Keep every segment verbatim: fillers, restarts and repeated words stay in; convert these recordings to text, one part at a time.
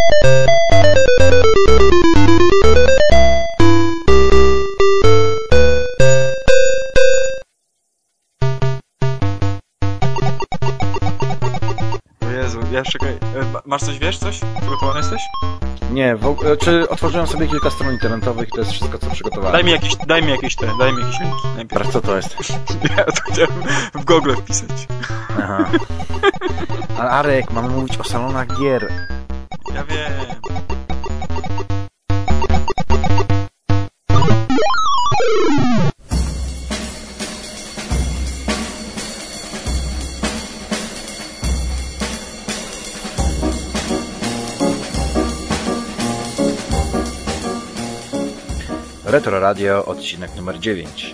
Jezu, ja czekaj. Masz coś, wiesz coś? Przygotowany jesteś? Nie, w, czy otworzyłem sobie kilka stron internetowych i to jest wszystko, co przygotowałem. Daj mi jakieś, daj mi jakieś te, daj mi jakieś linki najpierw. Teraz co to jest? Ja to chciałem w Google wpisać. Aha. Ale Arek, mamy mówić o salonach gier. Ja wiem. Retro Radio, odcinek numer dziewięć.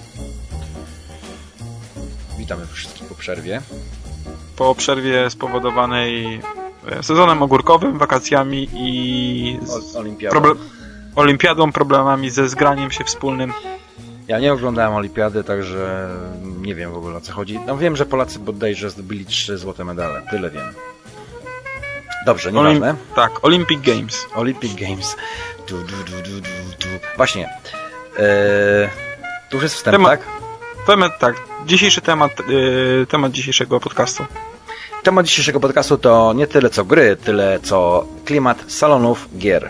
Witamy wszystkich po przerwie. Po przerwie spowodowanej sezonem ogórkowym, wakacjami i z Olimpiadą. Proble- olimpiadą, problemami ze zgraniem się wspólnym. Ja nie oglądałem olimpiady, także nie wiem w ogóle o co chodzi. No wiem, że Polacy bodajże zdobyli trzy złote medale. Tyle wiem. Dobrze, nieważne. Olim- tak, Olympic Games. Olympic Games. Du, du, du, du, du, du. Właśnie. Eee, tu już jest wstęp, Temat, tak? Temat, tak. Dzisiejszy temat, yy, temat dzisiejszego podcastu. Temat dzisiejszego podcastu to nie tyle co gry, tyle co klimat salonów gier.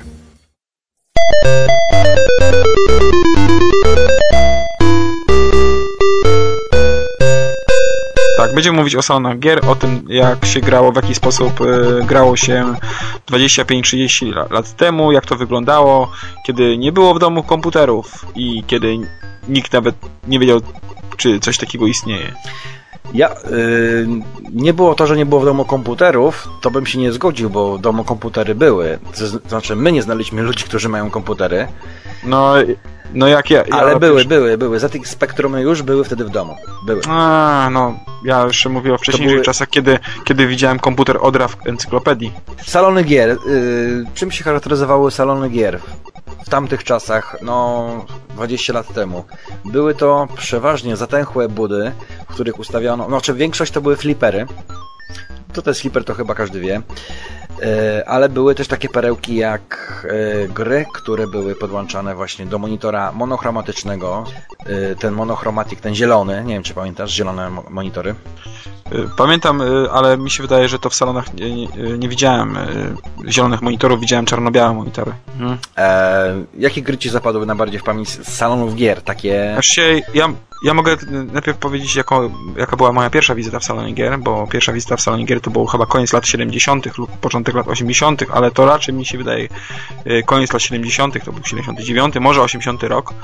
Tak, będziemy mówić o salonach gier, o tym jak się grało, w jaki sposób y, grało się dwadzieścia pięć trzydzieści lat temu, jak to wyglądało, kiedy nie było w domu komputerów i kiedy nikt nawet nie wiedział, czy coś takiego istnieje. Ja, yy, nie było to, że nie było w domu komputerów, to bym się nie zgodził, bo w domu komputery były. To znaczy, my nie znaliśmy ludzi, którzy mają komputery. No, no jak ja... ja ale były, już... były, były. Z tych spektrum już były wtedy w domu. Były. A, no, ja jeszcze mówię o wcześniejszych były... czasach, kiedy, kiedy widziałem komputer Odra w encyklopedii. Salony gier. Yy, czym się charakteryzowały salony gier? W tamtych czasach, no dwadzieścia lat temu, były to przeważnie zatęchłe budy, w których ustawiano, no czy większość to były flipery. To to jest flipper, to chyba każdy wie. Ale były też takie perełki jak gry, które były podłączane właśnie do monitora monochromatycznego. Ten monochromatik, ten zielony, nie wiem czy pamiętasz, zielone monitory. Pamiętam, ale mi się wydaje, że to w salonach nie, nie, nie widziałem zielonych monitorów, widziałem czarno-białe monitory. Mhm. E, jakie gry ci zapadły najbardziej w pamięć z salonów gier? Takie... Właściwie ja, ja mogę najpierw powiedzieć, jako, jaka była moja pierwsza wizyta w salonie gier, bo pierwsza wizyta w salonie gier to był chyba koniec lat siedemdziesiątych lub początek lat osiemdziesiątych, ale to raczej mi się wydaje koniec lat siedemdziesiątych, to był siedemdziesiąty dziewiąty, może osiemdziesiąty rok.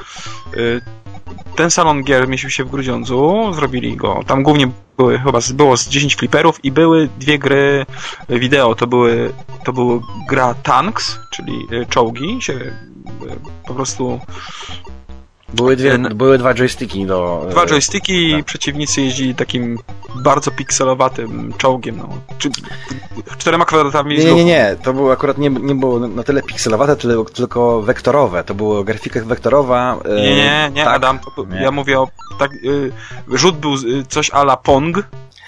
Ten salon gier mieścił się w Grudziądzu, zrobili go, tam głównie były, chyba było z dziesięć fliperów i były dwie gry wideo, to były, to były gra Tanks, czyli czołgi, się po prostu... Były, dwie, były dwa joysticki do... Dwa joysticki i tak. Przeciwnicy jeździli takim bardzo pikselowatym czołgiem, no. Czy, czterema kwadratami... Nie, nie, nie, to było akurat nie, nie było na tyle pikselowate, tylko, tylko wektorowe. To było grafika wektorowa... Nie, nie, nie, tak, Adam, to, nie. Ja mówię o... Tak, y, rzut był coś a la Pong.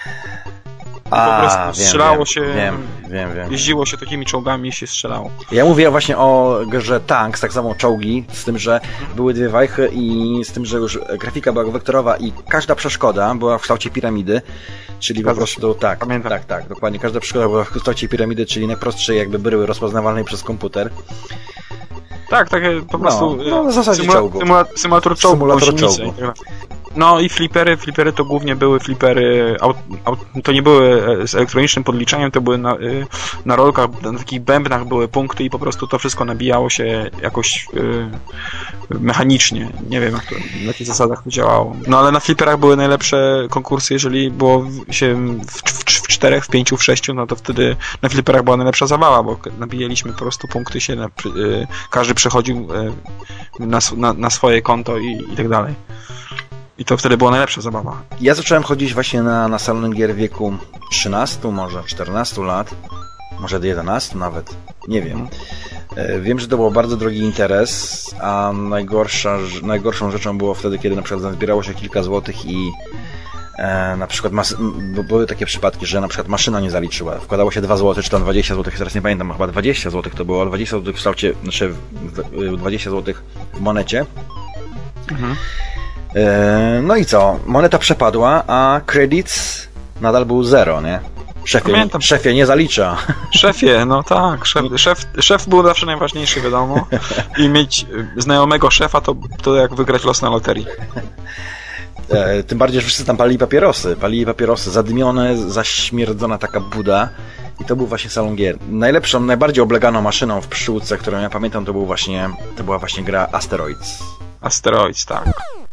A, po prostu wiem, strzelało wiem, się, wiem, wiem, wiem. jeździło się takimi czołgami i się strzelało. Ja mówię właśnie o grze Tanks, tak samo czołgi, z tym, że były dwie wajchy i z tym, że już grafika była wektorowa i każda przeszkoda była w kształcie piramidy, czyli po prostu tak, Pamiętam. tak, tak, dokładnie, każda przeszkoda była w kształcie piramidy, czyli najprostszej jakby bryły rozpoznawalnej przez komputer. Tak, takie po prostu no, no, w zasadzie symula- czołgu. Symula- symulator czołgu. Symulator czołgu. No i flipery, flipery to głównie były flipery, aut, aut, to nie były z elektronicznym podliczeniem, to były na, na rolkach, na takich bębnach były punkty i po prostu to wszystko nabijało się jakoś yy, mechanicznie. Nie wiem, jak to, w jakich zasadach to działało. No ale na fliperach były najlepsze konkursy, jeżeli było się w, w, w czterech, w pięciu, w sześciu, no to wtedy na fliperach była najlepsza zabawa, bo nabijaliśmy po prostu punkty się, na, yy, każdy przechodził yy, na, na, na swoje konto i, i tak dalej. I to wtedy była najlepsza zabawa. Ja zacząłem chodzić właśnie na, na salony gier w wieku trzynastu, może czternastu lat, może jedenastu nawet, nie wiem. Wiem, że to był bardzo drogi interes, a najgorsza, najgorszą rzeczą było wtedy, kiedy na przykład zbierało się kilka złotych i E, na przykład mas- były takie przypadki, że na przykład maszyna nie zaliczyła. Wkładało się dwa złote, czy tam dwadzieścia złotych, teraz nie pamiętam, chyba dwadzieścia złotych to było, ale dwadzieścia złotych w kształcie, znaczy dwadzieścia złotych w monecie. Mhm. E, no i co? Moneta przepadła, a credits nadal był zero, nie? Szefie, szefie, nie zalicza. Szefie, no tak. Szef, szef, szef był zawsze najważniejszy, wiadomo. I mieć znajomego szefa to, to jak wygrać los na loterii. E, tym bardziej, że wszyscy tam palili papierosy. Palili papierosy, zadymione, zaśmierdzona taka buda. I to był właśnie salon gier. Najlepszą, najbardziej obleganą maszyną w pszczółce, którą ja pamiętam, to był właśnie, to była właśnie gra Asteroids. Asteroids, tak.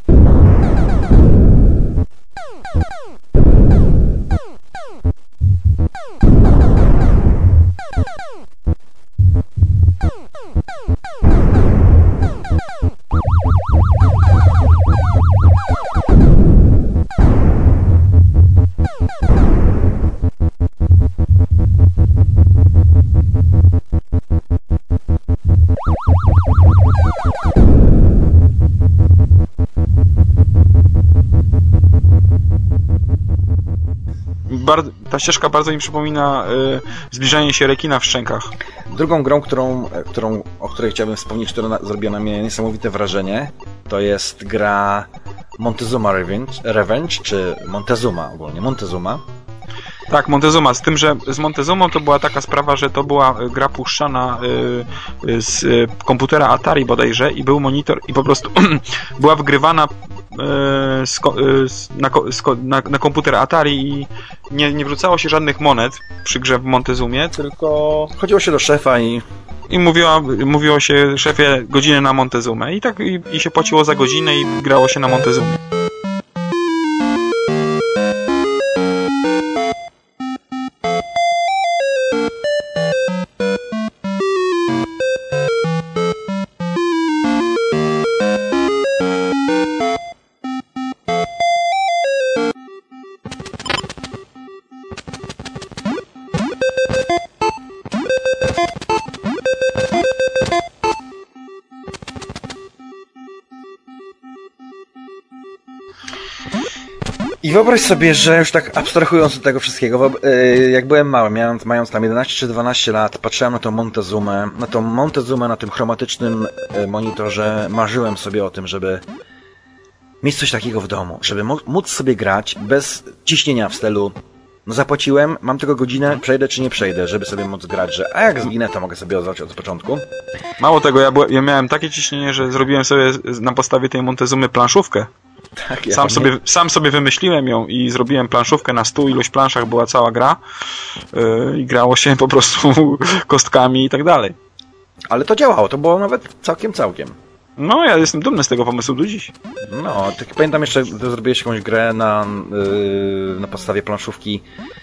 Ta ścieżka bardzo mi przypomina y, zbliżanie się rekina w szczękach. Drugą grą, którą, którą, o której chciałbym wspomnieć, która na, zrobiła na mnie niesamowite wrażenie, to jest gra Montezuma Revenge, Revenge czy Montezuma ogólnie, Montezuma. Tak, Montezuma, z tym, że z Montezumą to była taka sprawa, że to była gra puszczana y, z y, komputera Atari bodajże i był monitor i po prostu była wygrywana y, z, y, na, z, na, na komputer Atari i nie, nie wrzucało się żadnych monet przy grze w Montezumie, tylko chodziło się do szefa i i mówiło, mówiło się szefie godzinę na Montezumę i tak i, i się płaciło za godzinę i grało się na Montezumie. I wyobraź sobie, że już tak abstrahując od tego wszystkiego, jak byłem mały, mając, mając tam jedenaście czy dwanaście lat, patrzyłem na tą Montezumę, na tą Montezumę na tym chromatycznym monitorze, marzyłem sobie o tym, żeby mieć coś takiego w domu, żeby móc sobie grać bez ciśnienia w stylu no zapłaciłem, mam tylko godzinę, przejdę czy nie przejdę, żeby sobie móc grać, że a jak zginę, to mogę sobie oddać od początku. Mało tego, ja, byłem, ja miałem takie ciśnienie, że zrobiłem sobie na podstawie tej Montezumy planszówkę. Tak, ja sam, sobie, sam sobie wymyśliłem ją i zrobiłem planszówkę na stu iluś planszach, była cała gra yy, i grało się po prostu kostkami i tak dalej. Ale to działało, to było nawet całkiem, całkiem. No, ja jestem dumny z tego pomysłu do dziś. No, tak pamiętam jeszcze, że zrobiłeś jakąś grę na, yy, na podstawie planszówki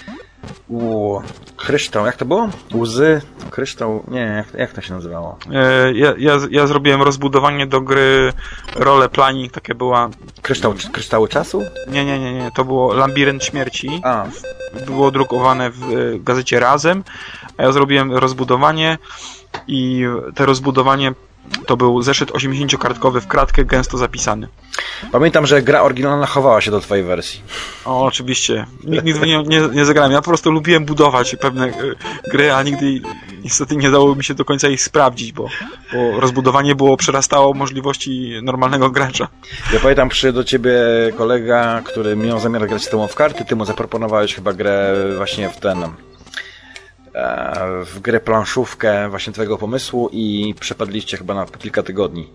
u kryształ, jak to było? Łzy, kryształ, nie, jak, jak to się nazywało? Ja, ja, ja zrobiłem rozbudowanie do gry Role Playing, takie była... Kryształ, kryształy czasu? Nie, nie, nie, nie, to było Labirynt Śmierci. A. Było drukowane w gazecie Razem, a ja zrobiłem rozbudowanie i to rozbudowanie to był zeszyt osiemdziesięciokartkowy w kratkę, gęsto zapisany. Pamiętam, że gra oryginalna chowała się do twojej wersji. O, oczywiście. Nigdy nie, nie, nie zagrałem. Ja po prostu lubiłem budować pewne gry, a nigdy niestety nie dało mi się do końca ich sprawdzić, bo, bo rozbudowanie było przerastało możliwości normalnego gracza. Ja pamiętam, przyszedł do ciebie kolega, który miał zamiar grać z tobą w karty, ty mu zaproponowałeś chyba grę właśnie w ten... w grę planszówkę właśnie twojego pomysłu i przepadliście chyba na kilka tygodni.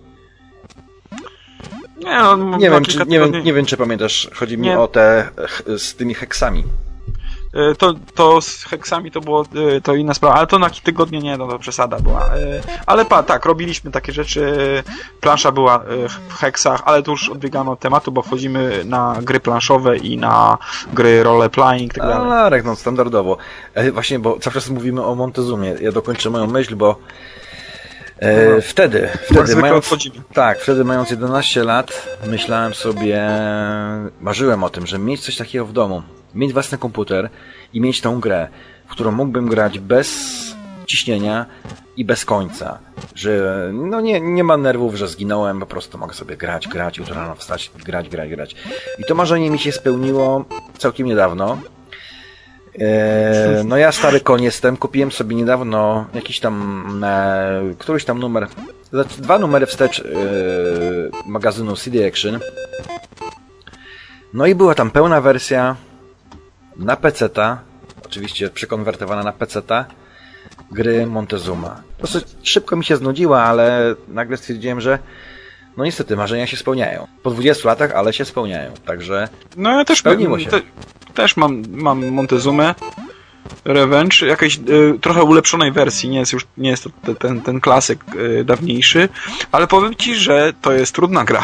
Nie, no, nie, wiem, czy, nie, wiem, nie wiem, czy pamiętasz, chodzi mi nie. o te z tymi heksami. To, to z heksami to było to inna sprawa, ale to na tygodnie nie, no to przesada była. Ale pa, tak, robiliśmy takie rzeczy, plansza była w heksach, ale to już odbiegamy od tematu, bo wchodzimy na gry planszowe i na gry role-playing i tak dalej. A, tak, no standardowo. Właśnie, bo cały czas mówimy o Montezumie. Ja dokończę moją myśl, bo e, no, wtedy, wtedy mając, tak, wtedy mając jedenaście lat, myślałem sobie, marzyłem o tym, że mieć coś takiego w domu. Mieć własny komputer i mieć tą grę, w którą mógłbym grać bez ciśnienia i bez końca. Że no nie, nie ma nerwów, że zginąłem, po prostu mogę sobie grać, grać, jutro rano wstać, grać, grać, grać. I to marzenie mi się spełniło całkiem niedawno. E, no ja stary koń jestem, kupiłem sobie niedawno jakiś tam, e, któryś tam numer, znaczy dwa numery wstecz e, magazynu C D Action. No i była tam pełna wersja na peceta, oczywiście przekonwertowana na peceta, gry Montezuma. Dosyć szybko mi się znudziła, ale nagle stwierdziłem, że no niestety marzenia się spełniają. Po dwudziestu latach, ale się spełniają, także no ja też spełniło się. Te, też mam, mam Montezumę Revenge, jakiejś y, trochę ulepszonej wersji, nie jest już nie jest to te, ten, ten klasyk y, dawniejszy, ale powiem ci, że to jest trudna gra.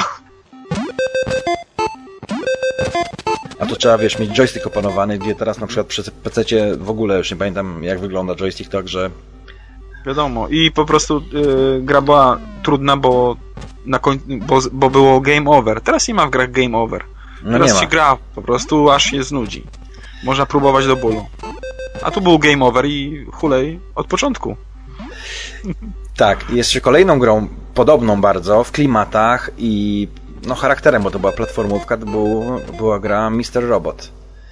A to trzeba, wiesz, mieć joystick opanowany, gdzie teraz na przykład przy pececie w ogóle już nie pamiętam, jak wygląda joystick, także... Wiadomo. I po prostu y, gra była trudna, bo, na koń... bo, bo było game over. Teraz nie ma w grach game over. No Teraz się gra po prostu, aż się znudzi. Można próbować do bólu. A tu był game over i hulej od początku. Tak, jeszcze kolejną grą, podobną bardzo, w klimatach i no charakterem, bo to była platformówka, to był, była gra mister Robot.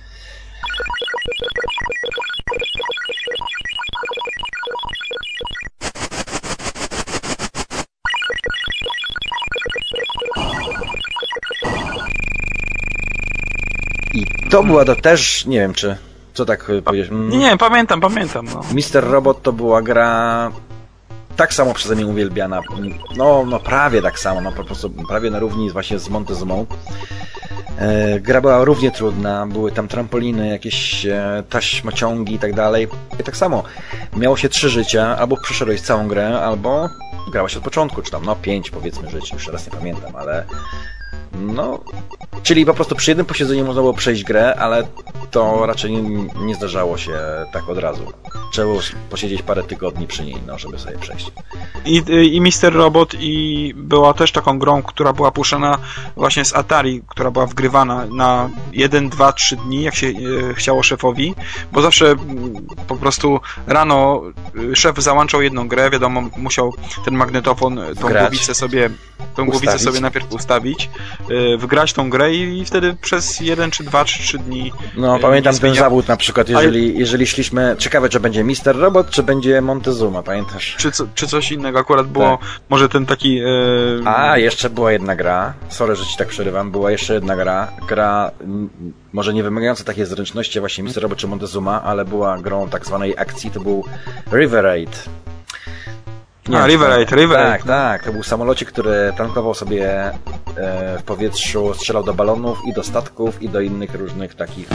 I to była to też, nie wiem czy, co tak powiedzieć? Nie, nie, pamiętam, pamiętam. No. mister Robot to była gra tak samo przeze mnie uwielbiana, no, no prawie tak samo, no po prostu prawie na równi właśnie z Montezumą. E, gra była równie trudna, były tam trampoliny, jakieś e, taśmociągi i tak dalej. I tak samo, miało się trzy życia, albo przeszedłeś całą grę, albo grałeś od początku, czy tam no pięć powiedzmy żyć, już teraz nie pamiętam, ale no, czyli po prostu przy jednym posiedzeniu można było przejść grę, ale to raczej nie, nie zdarzało się tak od razu. Trzeba było posiedzieć parę tygodni przy niej, no, żeby sobie przejść. I, i mister Robot i była też taką grą, która była puszczana właśnie z Atari, która była wgrywana na jeden, dwa, trzy dni, jak się e, chciało szefowi, bo zawsze m, po prostu rano szef załączał jedną grę, wiadomo, musiał ten magnetofon, tą Grać. głowicę sobie tą głowicę sobie najpierw ustawić, e, wgrać tą grę i, i wtedy przez jeden, czy dwa, czy trzy dni No, e, pamiętam ten zmienia... zawód na przykład, jeżeli, jeżeli szliśmy, ciekawe czy będzie mister Robot, czy będzie Montezuma, pamiętasz? Czy, co, czy coś innego akurat było, tak. Może ten taki... E... A, jeszcze była jedna gra, sorry, że ci tak przerywam, była jeszcze jedna gra, gra m, może nie wymagająca takiej zręczności właśnie mister Robot czy Montezuma, ale była grą tak zwanej akcji, to był River Raid. Nie, A, River Raid, River Tak, Raid. tak, to był samolocik, który tankował sobie e, w powietrzu, strzelał do balonów i do statków i do innych różnych takich...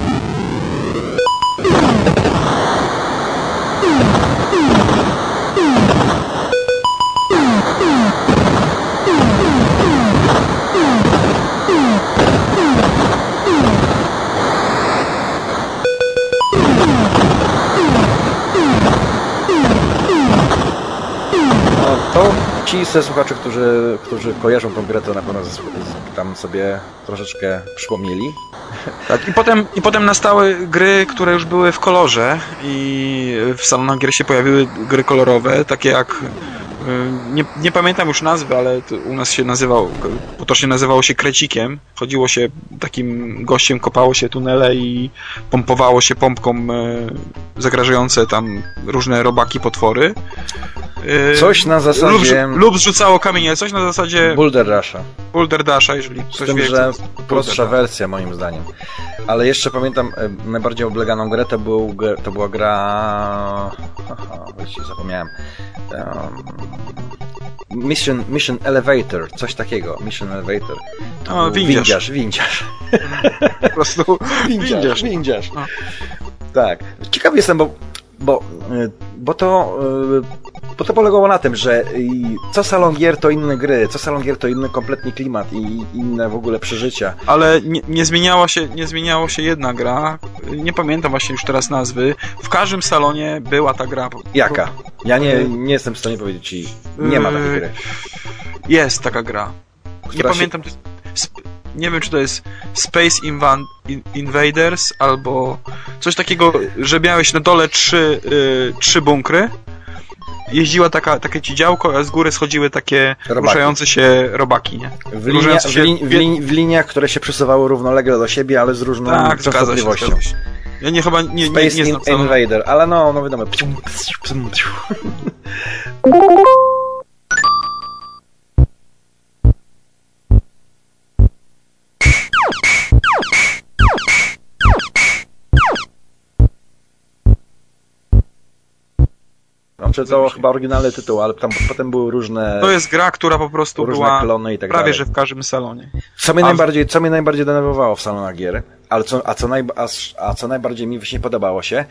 To ci ze słuchaczy, którzy, którzy kojarzą tą grę, to na pewno tam sobie troszeczkę przypomnieli. Tak, i potem, i potem nastały gry, które już były w kolorze i w salonach gier się pojawiły gry kolorowe, takie jak nie, nie pamiętam już nazwy, ale u nas się nazywał, potocznie nazywało się Krecikiem. Chodziło się takim gościem, kopało się tunele i pompowało się pompką zagrażające tam różne robaki, potwory. Coś na zasadzie... Lub, lub zrzucało kamienie, coś na zasadzie... Boulder Dasha. Boulder Dasha, jeżeli ktoś Z tym, wie, że prostsza wersja moim zdaniem. Ale jeszcze pamiętam najbardziej obleganą grę, to, był, to była gra... Haha, właściwie zapomniałem. Um... Mission, Mission Elevator, coś takiego. Mission Elevator. To o, windziarz. Windziarz, windziarz. Po prostu windziarz. windziarz. No. Tak. Ciekawy jestem, bo Bo, bo, to, bo to polegało na tym, że co salon gier to inne gry, co salon gier to inny kompletnie klimat i inne w ogóle przeżycia. Ale nie, nie, zmieniała się, nie zmieniało się jedna gra, nie pamiętam właśnie już teraz nazwy, w każdym salonie była ta gra. Jaka? Ja nie, nie jestem w stanie powiedzieć ci, nie ma takiej gry. Jest taka gra. Nie pamiętam, nie wiem, czy to jest Space Invan- Invaders albo coś takiego, że miałeś na dole trzy, y, trzy bunkry jeździła taka, takie ci działko, a z góry schodziły takie Robaki. ruszające się robaki, nie? W, linia, w, lin, w, lin, w liniach, które się przesuwały równolegle do siebie, ale z różną tak, częstotliwością. Zgadza się, zgadza się. Ja nie chyba nie, Space nie, nie znam in, Invader, ale no, no wiadomo. Znaczy to chyba oryginalny tytuł, ale tam potem były różne... To jest gra, która po prostu była klony i tak prawie dalej. że w każdym salonie. Co mnie, a... najbardziej, co mnie najbardziej denerwowało w salonach gier, ale co, a, co naj, a, a co najbardziej mi właśnie podobało się,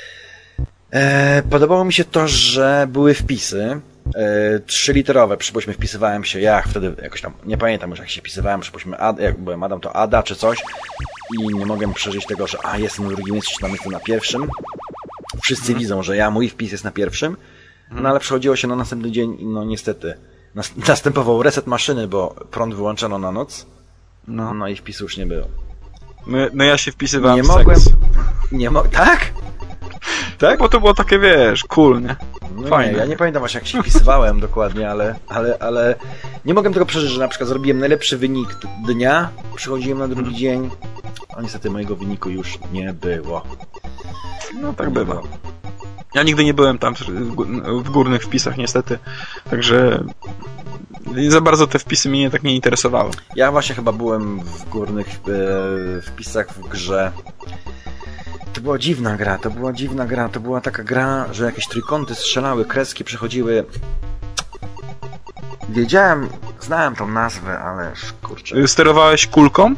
e, podobało mi się to, że były wpisy e, trzyliterowe. Przypuśćmy, wpisywałem się, ja wtedy jakoś tam, nie pamiętam już jak się wpisywałem, przypuśćmy, Ad, jak byłem Adam, to Ada czy coś i nie mogłem przeżyć tego, że a, jestem na drugim miejscu, czy tam jestem na pierwszym. Wszyscy hmm. widzą, że ja, mój wpis jest na pierwszym, no ale przechodziło się na następny dzień i no niestety następował reset maszyny, bo prąd wyłączono na noc, no, no i wpisu już nie było. No, no ja się wpisywałem nie w mogłem, seks. Nie mo- tak? Tak? Bo to było takie, wiesz, cool, nie? No fajne. Nie, ja nie pamiętam właśnie jak się wpisywałem dokładnie, ale, ale, ale nie mogłem tego przeżyć, że na przykład zrobiłem najlepszy wynik dnia, przychodziłem na drugi dzień, a niestety mojego wyniku już nie było. No tak bywa. Ja nigdy nie byłem tam w górnych wpisach niestety, także za bardzo te wpisy mnie tak nie interesowały. Ja właśnie chyba byłem w górnych e, wpisach w grze. To była dziwna gra, to była dziwna gra, to była taka gra, że jakieś trójkąty strzelały, kreski przechodziły. Wiedziałem, znałem tą nazwę, ale kurczę. Sterowałeś kulką?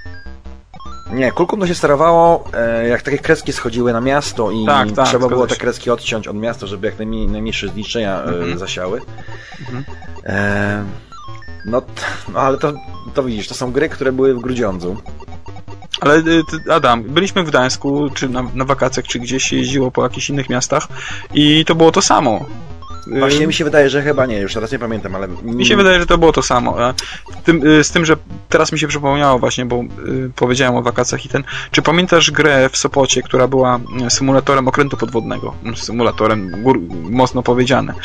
Nie, kulką to się sterowało, e, jak takie kreski schodziły na miasto i tak, tak, trzeba było te się. kreski odciąć od miasta, żeby jak najmniej, najmniejsze zniszczenia e, mhm. zasiały. Mhm. E, no, t, no ale to, to widzisz, to są gry, które były w Grudziądzu. Ale Adam, byliśmy w Gdańsku, czy na, na wakacjach, czy gdzieś się jeździło po jakichś innych miastach i to było to samo. Właśnie mi się wydaje, że chyba nie, już teraz nie pamiętam, ale... Mi się wydaje, że to było to samo. Tym, z tym, że teraz mi się przypomniało właśnie, bo y, powiedziałem o wakacjach i ten... Czy pamiętasz grę w Sopocie, która była symulatorem okrętu podwodnego? Symulatorem, gór, mocno powiedziane.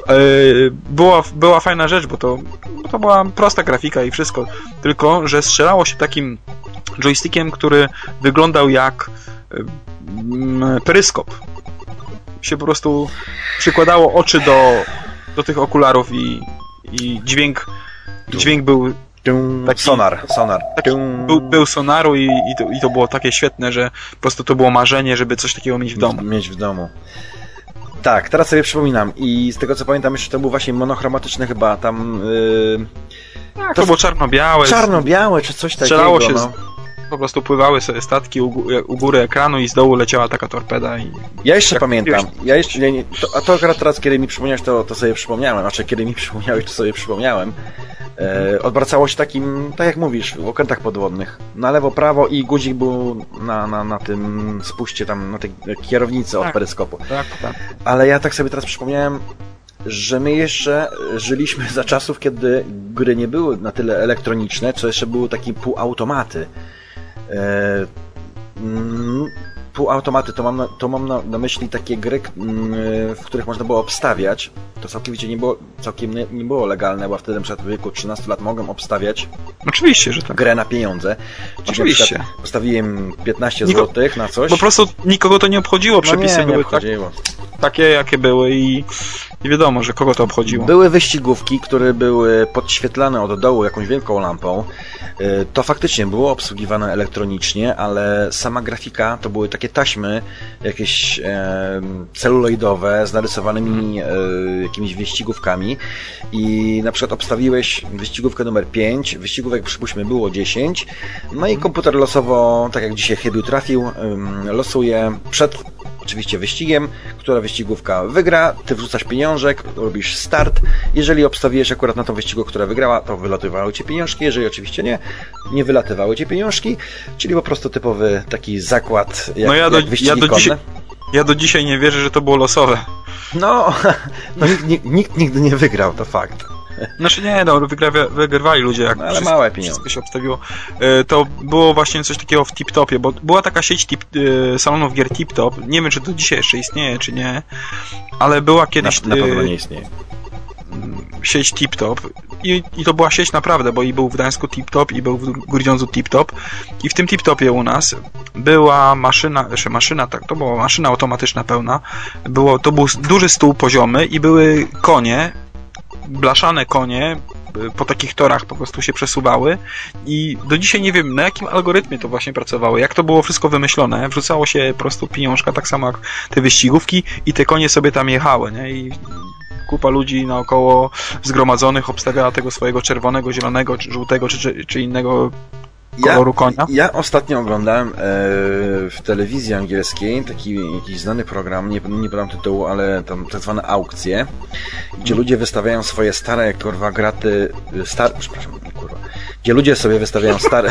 Y, była, była fajna rzecz, bo to, bo to była prosta grafika i wszystko. Tylko, że strzelało się takim joystickiem, który wyglądał jak y, y, peryskop. Się po prostu przykładało oczy do, do tych okularów i, i dźwięk dźwięk był taki, sonar, sonar. Taki, był, był sonaru i, i, to, i to było takie świetne, że po prostu to było marzenie, żeby coś takiego mieć w domu. Mieć w domu. Tak, teraz sobie przypominam i z tego co pamiętam jeszcze to był właśnie monochromatyczny chyba tam... Yy... Tak, to, to było czarno-białe. Czarno-białe czy coś strzelało takiego. Się no. z... Po prostu pływały sobie statki u, u góry ekranu i z dołu leciała taka torpeda i... Ja jeszcze jak pamiętam. Ja jeszcze, nie, nie, to, a to akurat teraz, kiedy mi przypomniałeś, to, to sobie przypomniałem. Znaczy, kiedy mi przypomniałeś, to sobie przypomniałem. E, odwracało się takim, tak jak mówisz, w okrętach podwodnych. Na lewo, prawo i guzik był na, na, na tym spuście tam, na tej kierownicy tak, od peryskopu. Tak, tak. Ale ja tak sobie teraz przypomniałem, że my jeszcze żyliśmy za czasów, kiedy gry nie były na tyle elektroniczne, co jeszcze były takie półautomaty. E, mm, półautomaty to mam, na, to mam na, na myśli takie gry, w których można było obstawiać. To całkowicie nie było, całkiem nie, nie było legalne, bo wtedy w wieku trzynastu lat mogłem obstawiać Oczywiście, że tak. grę na pieniądze. Czyli oczywiście. Postawiłem piętnaście Niko... złotych na coś. Po prostu nikogo to nie obchodziło, przepisy no nie, nie były obchodziło. Tak, takie, jakie były i, i wiadomo, że kogo to obchodziło. Były wyścigówki, które były podświetlane od dołu jakąś wielką lampą. To faktycznie było obsługiwane elektronicznie, ale sama grafika to były takie taśmy jakieś e, celuloidowe z narysowanymi e, jakimiś wyścigówkami i na przykład obstawiłeś wyścigówkę numer pięć, wyścigówek przypuśćmy było dziesięć, no i komputer losowo, tak jak dzisiaj chybił trafił, losuje przed oczywiście wyścigiem, która wyścigówka wygra, ty wrzucasz pieniążek, robisz start. Jeżeli obstawiłeś akurat na tą wyścigu, która wygrała, to wylatywały ci pieniążki, jeżeli oczywiście nie, nie wylatywały ci pieniążki, czyli po prostu typowy taki zakład jak, no ja do, jak wyścigi ja do konne. Dzisiaj, ja do dzisiaj nie wierzę, że to było losowe. No, no nikt, nikt, nikt nigdy nie wygrał, to fakt. Znaczy nie, no, wygrawia, wygrywali ludzie, jak no, ale wszystko, małe pieniądze. wszystko się obstawiło. To było właśnie coś takiego w Tip-Topie, bo była taka sieć tip, salonów gier Tip-Top, nie wiem, czy to dzisiaj jeszcze istnieje, czy nie, ale była kiedyś... Na, na pewno nie istnieje. Sieć Tip-Top I, i to była sieć naprawdę, bo i był w Gdańsku Tip-Top i był w Grudziądzu Tip-Top i w tym Tip-Topie u nas była maszyna, znaczy maszyna, tak, to była maszyna automatyczna pełna, było, to był duży stół poziomy i były konie, blaszane konie po takich torach po prostu się przesuwały i do dzisiaj nie wiem, na jakim algorytmie to właśnie pracowało, jak to było wszystko wymyślone, wrzucało się po prostu pieniążka, tak samo jak te wyścigówki i te konie sobie tam jechały, nie? I kupa ludzi naokoło zgromadzonych obstawiała tego swojego czerwonego, zielonego, czy żółtego, czy, czy, czy innego koloru ja, konia. Ja ostatnio oglądałem e, w telewizji angielskiej taki jakiś znany program, nie, nie podam tytułu, ale tam tak zwane aukcje, gdzie hmm. ludzie wystawiają swoje stare, kurwa, graty, star, przepraszam, kurwa, gdzie ludzie sobie wystawiają stare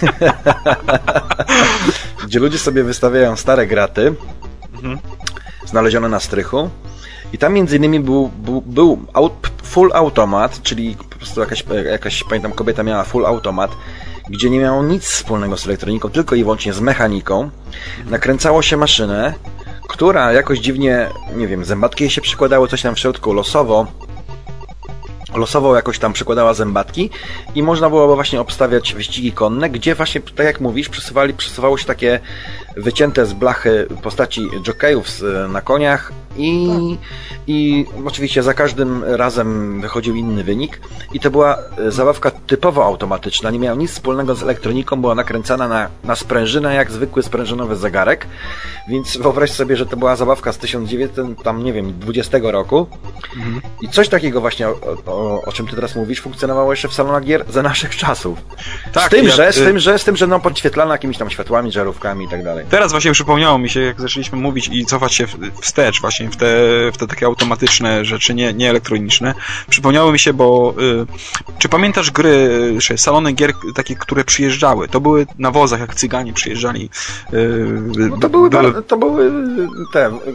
gdzie ludzie sobie wystawiają stare graty hmm. znalezione na strychu. I tam między innymi był, był, był aut, full automat, czyli po prostu jakaś, jakaś, pamiętam, kobieta miała full automat, gdzie nie miało nic wspólnego z elektroniką, tylko i wyłącznie z mechaniką. Nakręcało się maszynę, która jakoś dziwnie, nie wiem, zębatki jej się przykładały, coś tam w środku losowo, losowo jakoś tam przykładała zębatki i można było właśnie obstawiać wyścigi konne, gdzie właśnie, tak jak mówisz, przesuwali, przesuwało się takie wycięte z blachy postaci jokejów na koniach i, i oczywiście za każdym razem wychodził inny wynik i to była zabawka typowo automatyczna, nie miała nic wspólnego z elektroniką, była nakręcana na, na sprężynę jak zwykły sprężynowy zegarek, więc wyobraź sobie, że to była zabawka z tysiąc dziewięćset, tam nie wiem, dwudziestego roku mhm. i coś takiego właśnie, o, o, o czym ty teraz mówisz, funkcjonowało jeszcze w salonach gier za naszych czasów. Tak, z tym, ja, że, z tym, że, z tym, że no podświetlana jakimiś tam światłami, żarówkami i tak dalej. Teraz właśnie przypomniało mi się, jak zaczęliśmy mówić i cofać się wstecz właśnie w te, w te takie automatyczne rzeczy, nie, nie elektroniczne. Przypomniało mi się, bo y, czy pamiętasz gry, czy salony gier takie, które przyjeżdżały? To były na wozach, jak cyganie przyjeżdżali. Y, no to były, były, to były te... Y,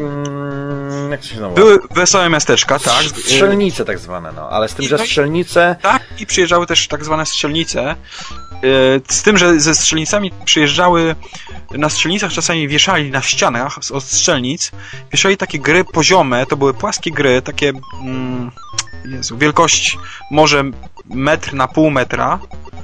jak to się nazywa? Były wesołe miasteczka, tak. Strzelnice tak zwane, no, ale z tym, że strzelnice... Tak, i przyjeżdżały też tak zwane strzelnice. Z tym, że ze strzelnicami przyjeżdżały, na strzelnicach czasami wieszali na ścianach od strzelnic, wieszali takie gry poziome, to były płaskie gry, takie mm, Jezu, wielkość może metr na pół metra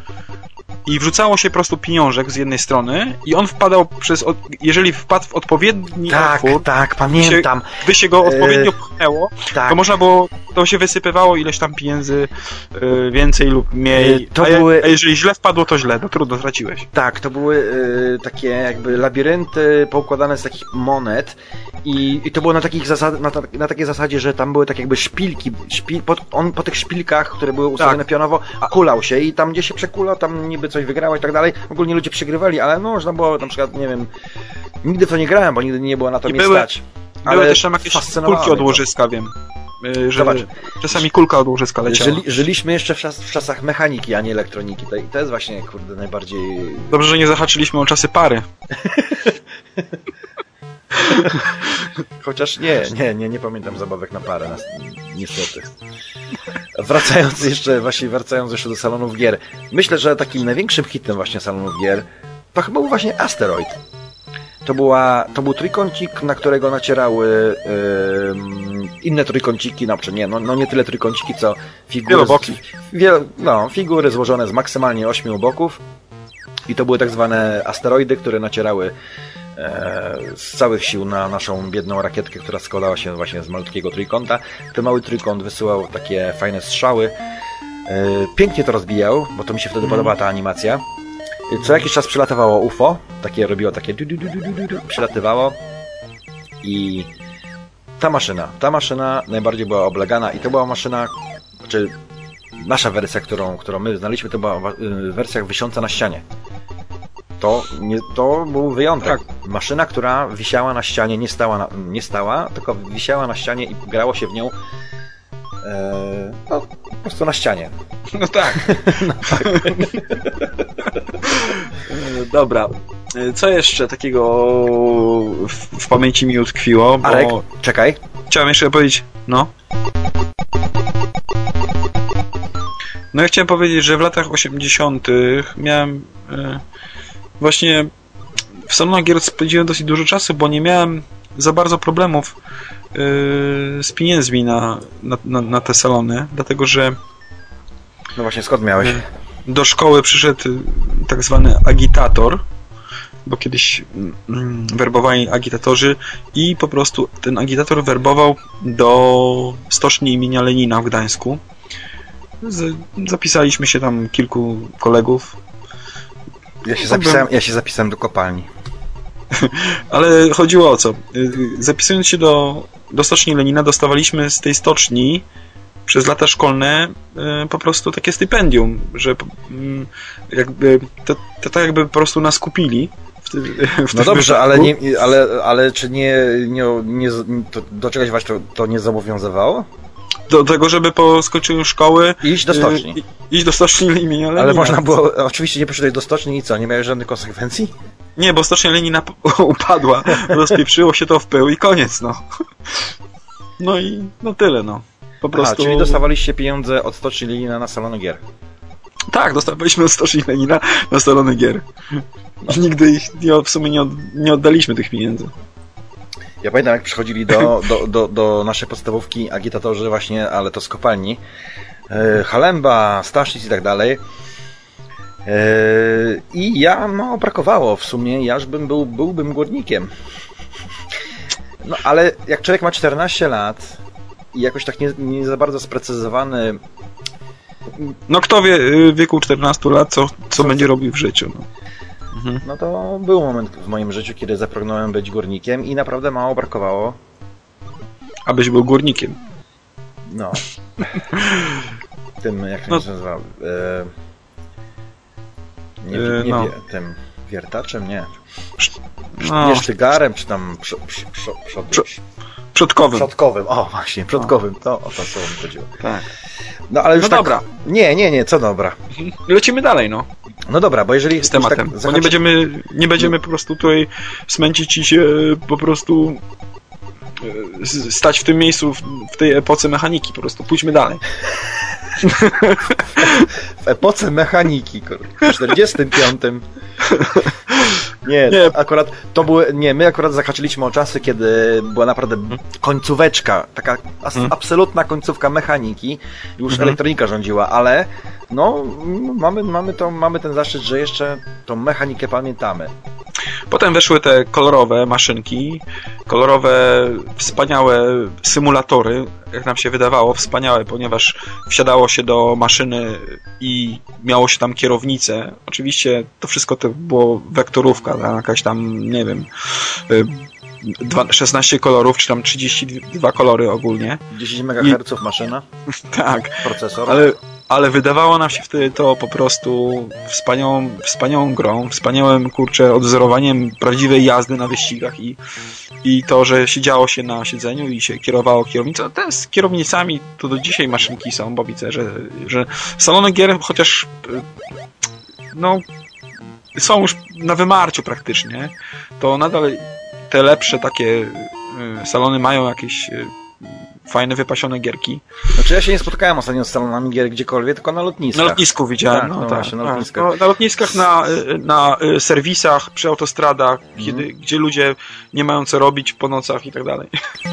i wrzucało się po prostu pieniążek z jednej strony i on wpadał przez, jeżeli wpadł w odpowiedni tak, otwór, tak, pamiętam. Się, gdy się go odpowiednio pchnęło, tak. to można było, to się wysypywało ileś tam pieniędzy yy, więcej lub mniej, to a, były... a jeżeli źle wpadło, to źle, to trudno, straciłeś. Tak, to były yy, takie jakby labirynty poukładane z takich monet i, i to było na, takich zasad, na, na takiej zasadzie, że tam były tak jakby szpilki, szpil, po, on po tych szpilkach, które były ustawione tak. pionowo, kulał się i tam gdzie się przekulał, tam niby coś wygrało i tak dalej. Ogólnie ludzie przegrywali, ale no można było na przykład, nie wiem, nigdy w to nie grałem, bo nigdy nie było na to mnie stać. Ale były też tam jakieś kulki od łożyska, wiem. Że Zobacz, czasami kulka od łożyska leciała. Żyli, żyliśmy jeszcze w, czas, w czasach mechaniki, a nie elektroniki. To, to jest właśnie, kurde, najbardziej... Dobrze, że nie zahaczyliśmy o czasy pary. Chociaż nie, nie, nie, nie pamiętam zabawek na parę, niestety. Wracając jeszcze, właśnie wracając jeszcze do salonów gier. Myślę, że takim największym hitem właśnie salonów gier to chyba był właśnie Asteroid. To, była, to był trójkącik, na którego nacierały yy, inne trójkąciki, no, nie, no, no nie tyle trójkąciki, co figury, z, wiel, no, figury złożone z maksymalnie ośmiu boków i to były tak zwane asteroidy, które nacierały e, z całych sił na naszą biedną rakietkę, która składała się właśnie z malutkiego trójkąta. Ten mały trójkąt wysyłał takie fajne strzały. E, pięknie to rozbijał, bo to mi się wtedy mm. podobała ta animacja. Co jakiś czas przylatowało U F O, takie robiło takie du, du, du, du, du, du, przylatywało i ta maszyna, ta maszyna najbardziej była oblegana i to była maszyna, znaczy nasza wersja, którą, którą my znaliśmy, to była wersja wisiąca na ścianie. To, nie, to był wyjątek. Tak. Maszyna, która wisiała na ścianie, nie stała, na, nie stała, tylko wisiała na ścianie i grało się w nią e, no, po prostu na ścianie. No tak. No tak. Dobra. Co jeszcze takiego w, w pamięci mi utkwiło? Bo... Arek, czekaj. Chciałem jeszcze powiedzieć, no. No ja chciałem powiedzieć, że w latach osiemdziesiątych miałem e, właśnie w salonach gier spędziłem dosyć dużo czasu, bo nie miałem za bardzo problemów e, z pieniędzmi na, na, na, na te salony, dlatego że no właśnie, skąd miałeś? Do szkoły przyszedł tak zwany agitator, bo kiedyś mm, werbowali agitatorzy i po prostu ten agitator werbował do stoczni imienia Lenina w Gdańsku. Z, zapisaliśmy się tam kilku kolegów. Ja się, zapisałem, ja się zapisałem do kopalni. Ale chodziło o co? Zapisując się do, do stoczni Lenina, dostawaliśmy z tej stoczni przez lata szkolne po prostu takie stypendium, że jakby to, to tak jakby po prostu nas kupili. W tym, w no dobrze, ale, nie, ale, ale czy nie, nie, nie to, do czegoś was to, to nie zobowiązywało? Do tego, żeby po skończeniu szkoły iść do stoczni. Yy, iść do stoczni imienia Lenina. Ale można było, oczywiście nie poszedłeś do stoczni i co, nie miałeś żadnych konsekwencji? Nie, bo stocznia Lenina upadła, rozpieprzyło się to w pył i koniec, no. No i no tyle, no. Po prostu... Aha, czyli dostawaliście pieniądze od stoczni Lenina na salony gier. Tak, dostawaliśmy od stoczni Lenina na salony gier. I nigdy ich nie, w sumie nie, od, nie oddaliśmy tych pieniędzy. Ja pamiętam, jak przychodzili do, do, do, do naszej podstawówki agitatorzy właśnie, ale to z kopalni. Yy, Halemba, Staszic i tak dalej. Yy, I ja mało brakowało w sumie, ja bym był, byłbym górnikiem. No ale jak człowiek ma czternaście lat i jakoś tak nie, nie za bardzo sprecyzowany... No kto wie w wieku czternastu lat, co, co będzie robił w życiu. No. Mhm. No to był moment w moim życiu, kiedy zapragnąłem być górnikiem i naprawdę mało brakowało. Abyś był górnikiem. No. Tym, jak to no. się nazywa? E... Nie, e, nie no. wie, tym wiertaczem? Nie. No. Nie sztygarem, czy tam prz, prz, prz, prz, prz, przodkowym. Przodkowym, o właśnie, przodkowym. To o to słowo mi chodziło. Tak. No ale już no tak... dobra. Nie, nie, nie, co dobra. Lecimy dalej, no. No dobra, bo jeżeli... Z tematem. Tak zahaczy... zahaczy... Bo nie będziemy, nie będziemy po prostu tutaj smęcić i się po prostu stać w tym miejscu, w tej epoce mechaniki. Po prostu pójdźmy dalej. W epoce mechaniki, w czterdziestym piątym. Nie, nie, akurat to były, nie, my akurat zahaczyliśmy o czasy, kiedy była naprawdę końcóweczka, taka as, hmm. absolutna końcówka mechaniki, już hmm. elektronika rządziła, ale no, mamy, mamy, to, mamy ten zaszczyt, że jeszcze tą mechanikę pamiętamy. Potem weszły te kolorowe maszynki, kolorowe, wspaniałe symulatory, jak nam się wydawało, wspaniałe, ponieważ wsiadało się do maszyny i miało się tam kierownicę. Oczywiście to wszystko to było wektorówka, tak? Jakaś tam, nie wiem, szesnaście kolorów, czy tam trzydzieści dwa kolory ogólnie. dziesięć megaherców I... maszyna? Tak. Procesor? Ale... Ale wydawało nam się wtedy to po prostu wspaniałą, wspaniałą grą, wspaniałym, kurczę, odwzorowaniem prawdziwej jazdy na wyścigach i, i to, że siedziało się na siedzeniu i się kierowało kierownicą. Te z kierownicami to do dzisiaj maszynki są, bo widzę, że, że salony gier chociaż no są już na wymarciu praktycznie, to nadal te lepsze takie salony mają jakieś fajne, wypasione gierki. Znaczy ja się nie spotkałem ostatnio z salonami gier gdziekolwiek, tylko na lotniskach. Na lotnisku widziałem. Tak, no, no tak, właśnie, na tak. lotniskach. No, na lotniskach, na, na serwisach, przy autostradach, mm. kiedy, gdzie ludzie nie mają co robić po nocach i tak dalej.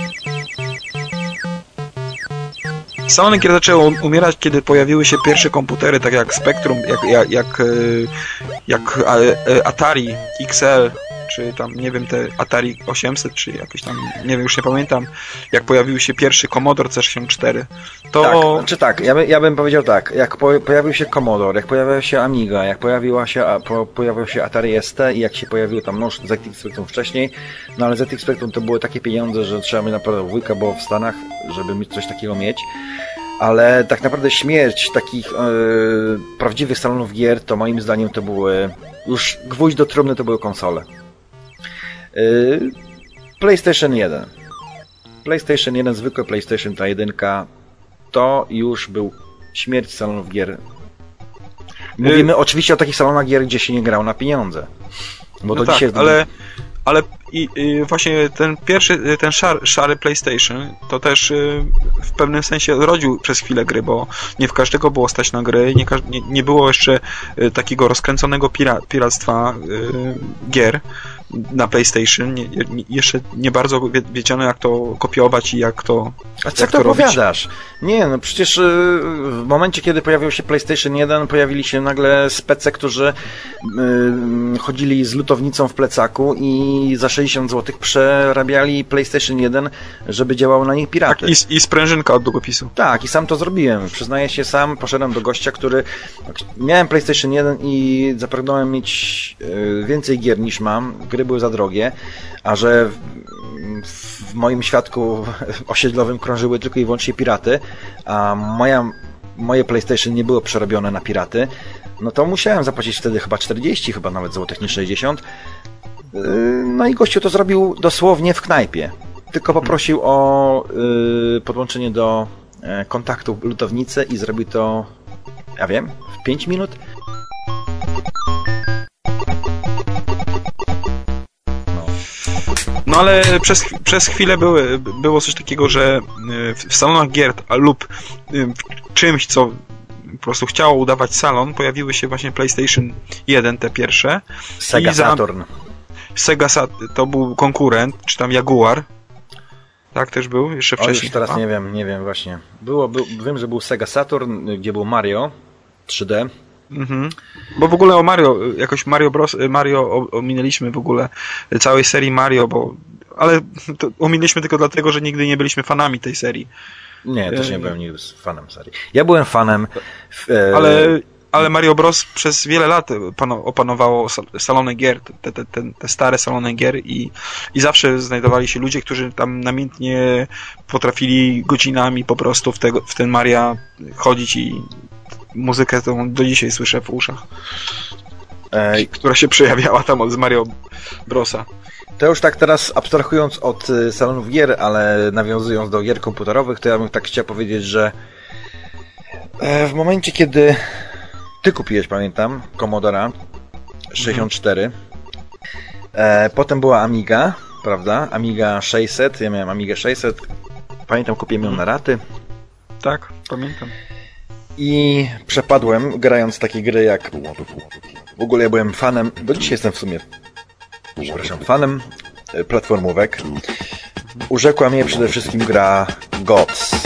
Salony gier zaczęły umierać, kiedy pojawiły się pierwsze komputery, tak jak Spectrum, jak, jak, jak, jak Atari X L, czy tam, nie wiem, te Atari osiemset, czy jakieś tam, nie wiem, już nie pamiętam, jak pojawił się pierwszy Commodore C sześćdziesiąt cztery, to... Tak, znaczy tak, ja, by, ja bym powiedział tak, jak po, pojawił się Commodore, jak pojawiła się Amiga, jak pojawiła się, po, pojawił się Atari S T i jak się pojawił tam nóż Z X Spectrum wcześniej, no ale Z X Spectrum to były takie pieniądze, że trzeba mieć naprawdę wujka, bo w Stanach, żeby mieć coś takiego mieć. Ale tak naprawdę śmierć takich yy, prawdziwych salonów gier, to moim zdaniem to były, już gwóźdź do trumny to były konsole. Yy, PlayStation jeden. PlayStation jeden, zwykłe PlayStation ta jedynka, to już był śmierć salonów gier. Mówimy yy. oczywiście o takich salonach gier, gdzie się nie grało na pieniądze. Bo no to tak, dzisiaj... ale, ale i, i właśnie ten pierwszy, ten szar, szary PlayStation to też y, w pewnym sensie rodził przez chwilę gry, bo nie w każdego było stać na gry, nie, nie, nie było jeszcze y, takiego rozkręconego pira, piractwa y, gier na PlayStation. Nie, nie, jeszcze nie bardzo wiedziano, jak to kopiować i jak to A co to opowiadasz? Nie, no przecież y, w momencie, kiedy pojawił się PlayStation jeden, pojawili się nagle spece, którzy y, chodzili z lutownicą w plecaku i za sześćdziesiąt złotych przerabiali PlayStation jeden, żeby działały na nich piraty. Tak, i, i sprężynka od długopisu. Tak, i sam to zrobiłem. Przyznaję się, sam poszedłem do gościa, który... Miałem PlayStation jeden i zapragnąłem mieć y, więcej gier niż mam. Gry były za drogie, a że w, w moim świadku osiedlowym krążyły tylko i wyłącznie piraty, a moja, moje PlayStation nie było przerobione na piraty, no to musiałem zapłacić wtedy chyba czterdzieści, chyba nawet złotych, nie sześćdziesiąt. No i gościu to zrobił dosłownie w knajpie. Tylko poprosił o y, podłączenie do y, kontaktu lutownicy i zrobił to, ja wiem, w pięć minut. No ale przez, przez chwilę były, było coś takiego, że w salonach gier lub w czymś, co po prostu chciało udawać salon, pojawiły się właśnie PlayStation jeden, te pierwsze. Sega Saturn. Sega Saturn to był konkurent, czy tam Jaguar. Tak też był, jeszcze wcześniej. O, już teraz nie wiem, nie wiem właśnie. Było, był, wiem, że był Sega Saturn, gdzie był Mario trzy D. Mhm. Bo w ogóle o Mario, jakoś Mario Bros, Mario ominęliśmy w ogóle całej serii Mario, bo ale to ominęliśmy tylko dlatego, że nigdy nie byliśmy fanami tej serii. Nie, też nie byłem nigdy fanem serii. Ja byłem fanem w, e... ale, ale Mario Bros przez wiele lat opanowało salony gier, te, te, te, te stare salony gier i, i zawsze znajdowali się ludzie, którzy tam namiętnie potrafili godzinami po prostu w, tego, w ten Maria chodzić i muzykę tą do dzisiaj słyszę w uszach, Ej. która się przejawiała tam od z Mario Brosa. To już tak teraz abstrahując od salonów gier, ale nawiązując do gier komputerowych, to ja bym tak chciał powiedzieć, że w momencie, kiedy ty kupiłeś, pamiętam, Commodora sześćdziesiąt cztery, mhm. e, potem była Amiga, prawda? Amiga sześćset, ja miałem Amigę sześćset, pamiętam, kupiłem ją na raty. Tak, pamiętam. I przepadłem, grając takie gry jak... W ogóle ja byłem fanem, do dzisiaj jestem w sumie, przepraszam, fanem platformówek. Urzekła mnie przede wszystkim gra Gods.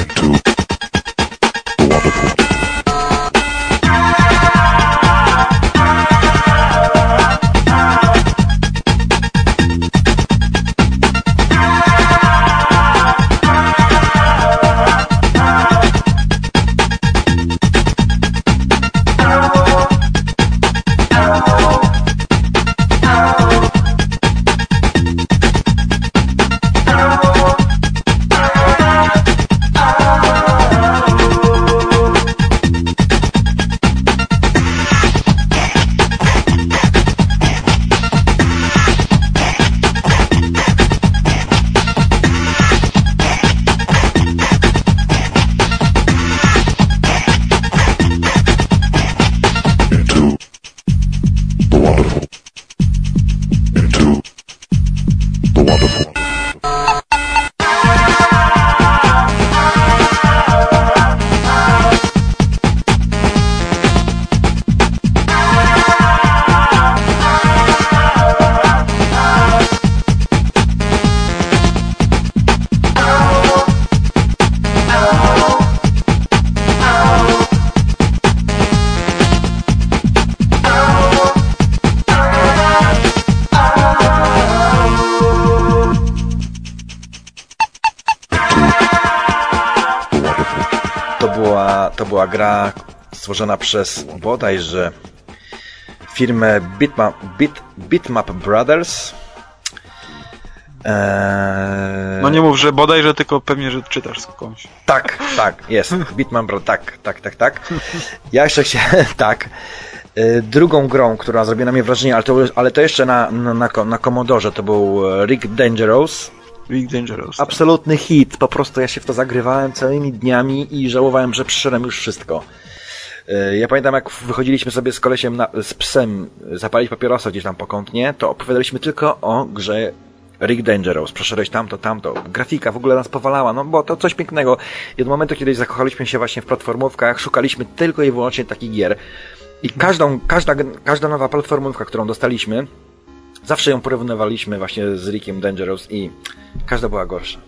To była gra stworzona przez bodajże firmę Bitmap, Bit, Bitmap Brothers. Eee... No nie mów, że bodajże, tylko pewnie, że czytasz skądś. Tak, tak, jest. Bitmap Brothers, tak, tak, tak, tak. Ja jeszcze chciałem, tak. Drugą grą, która zrobiła na mnie wrażenie, ale to, ale to jeszcze na, na, na, na Commodorze, to był Rick Dangerous. Rick Dangerous. Absolutny hit. Po prostu ja się w to zagrywałem całymi dniami i żałowałem, że przyszedłem już wszystko. Ja pamiętam, jak wychodziliśmy sobie z kolesiem, na, z psem zapalić papierosa gdzieś tam pokątnie, to opowiadaliśmy tylko o grze Rick Dangerous. Przeszedłeś tamto, tamto. Grafika w ogóle nas powalała, no bo to coś pięknego. I od momentu, kiedy zakochaliśmy się właśnie w platformówkach, szukaliśmy tylko i wyłącznie takich gier. I każdą, każda, każda nowa platformówka, którą dostaliśmy, zawsze ją porównywaliśmy właśnie z Rickiem Dangerous i każda była gorsza.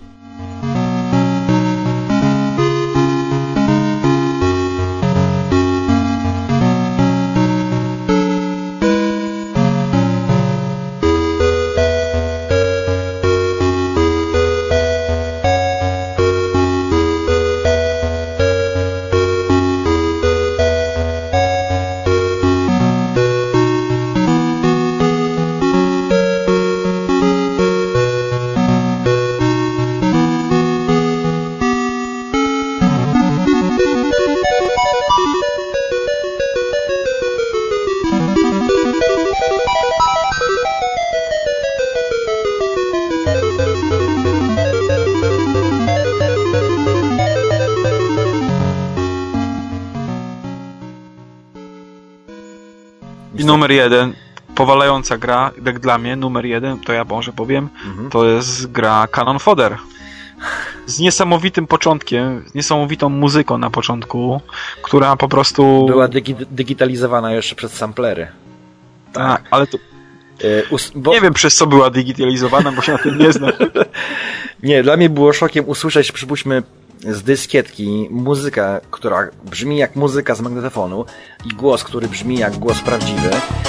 I numer jeden, powalająca gra, jak dla mnie, numer jeden, to ja może powiem, mhm. to jest gra Cannon Fodder. Z niesamowitym początkiem, z niesamowitą muzyką na początku, która po prostu... Była digi- digitalizowana jeszcze przez samplery. Tak, ale to... Yy, us- bo... Nie wiem, przez co była digitalizowana, bo się na tym nie znam. Nie, dla mnie było szokiem usłyszeć, przypuśćmy, z dyskietki muzyka, która brzmi jak muzyka z magnetofonu i głos, który brzmi jak głos prawdziwy.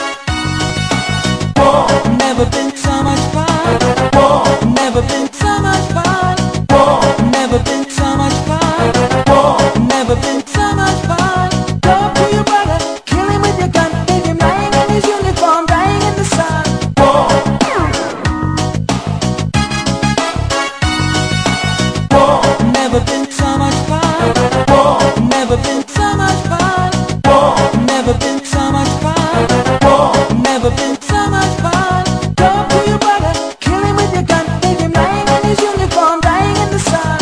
Never been so much fun. Never been so much fun. Never been so much fun. Never been so much fun. Go to your brother, kill him with your gun, leave him lying in his uniform, dying in the sun. Never been so much fun. Never been so much fun. Never been so much fun. Never been so much fun. Go to your brother, kill him with your gun, leave him lying in his uniform, dying in the sun.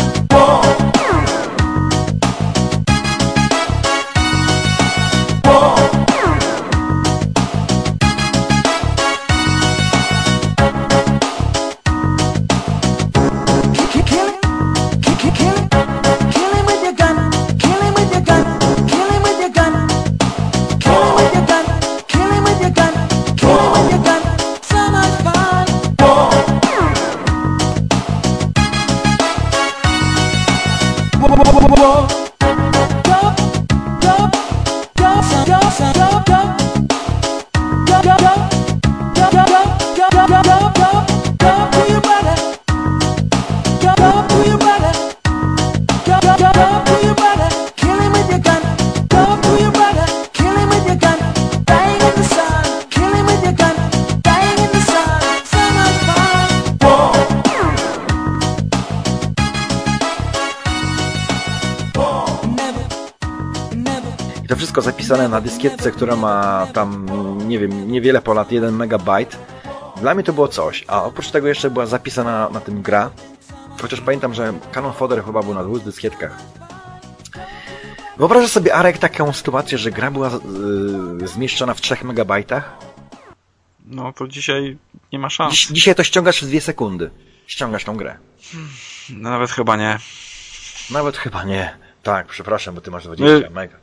To wszystko zapisane na dyskietce, która ma tam, nie wiem, niewiele ponad jeden megabajt. Dla mnie to było coś, a oprócz tego jeszcze była zapisana na tym gra. Chociaż pamiętam, że Cannon Fodder chyba był na dwóch dyskietkach. Wyobrażasz sobie, Arek, taką sytuację, że gra była yy, zmieszczona w trzech megabajtach? No to dzisiaj nie ma szans. Dziś, dzisiaj to ściągasz w dwie sekundy. Ściągasz tą grę. No, nawet chyba nie. Nawet chyba nie. Tak, przepraszam, bo ty masz dwadzieścia mega.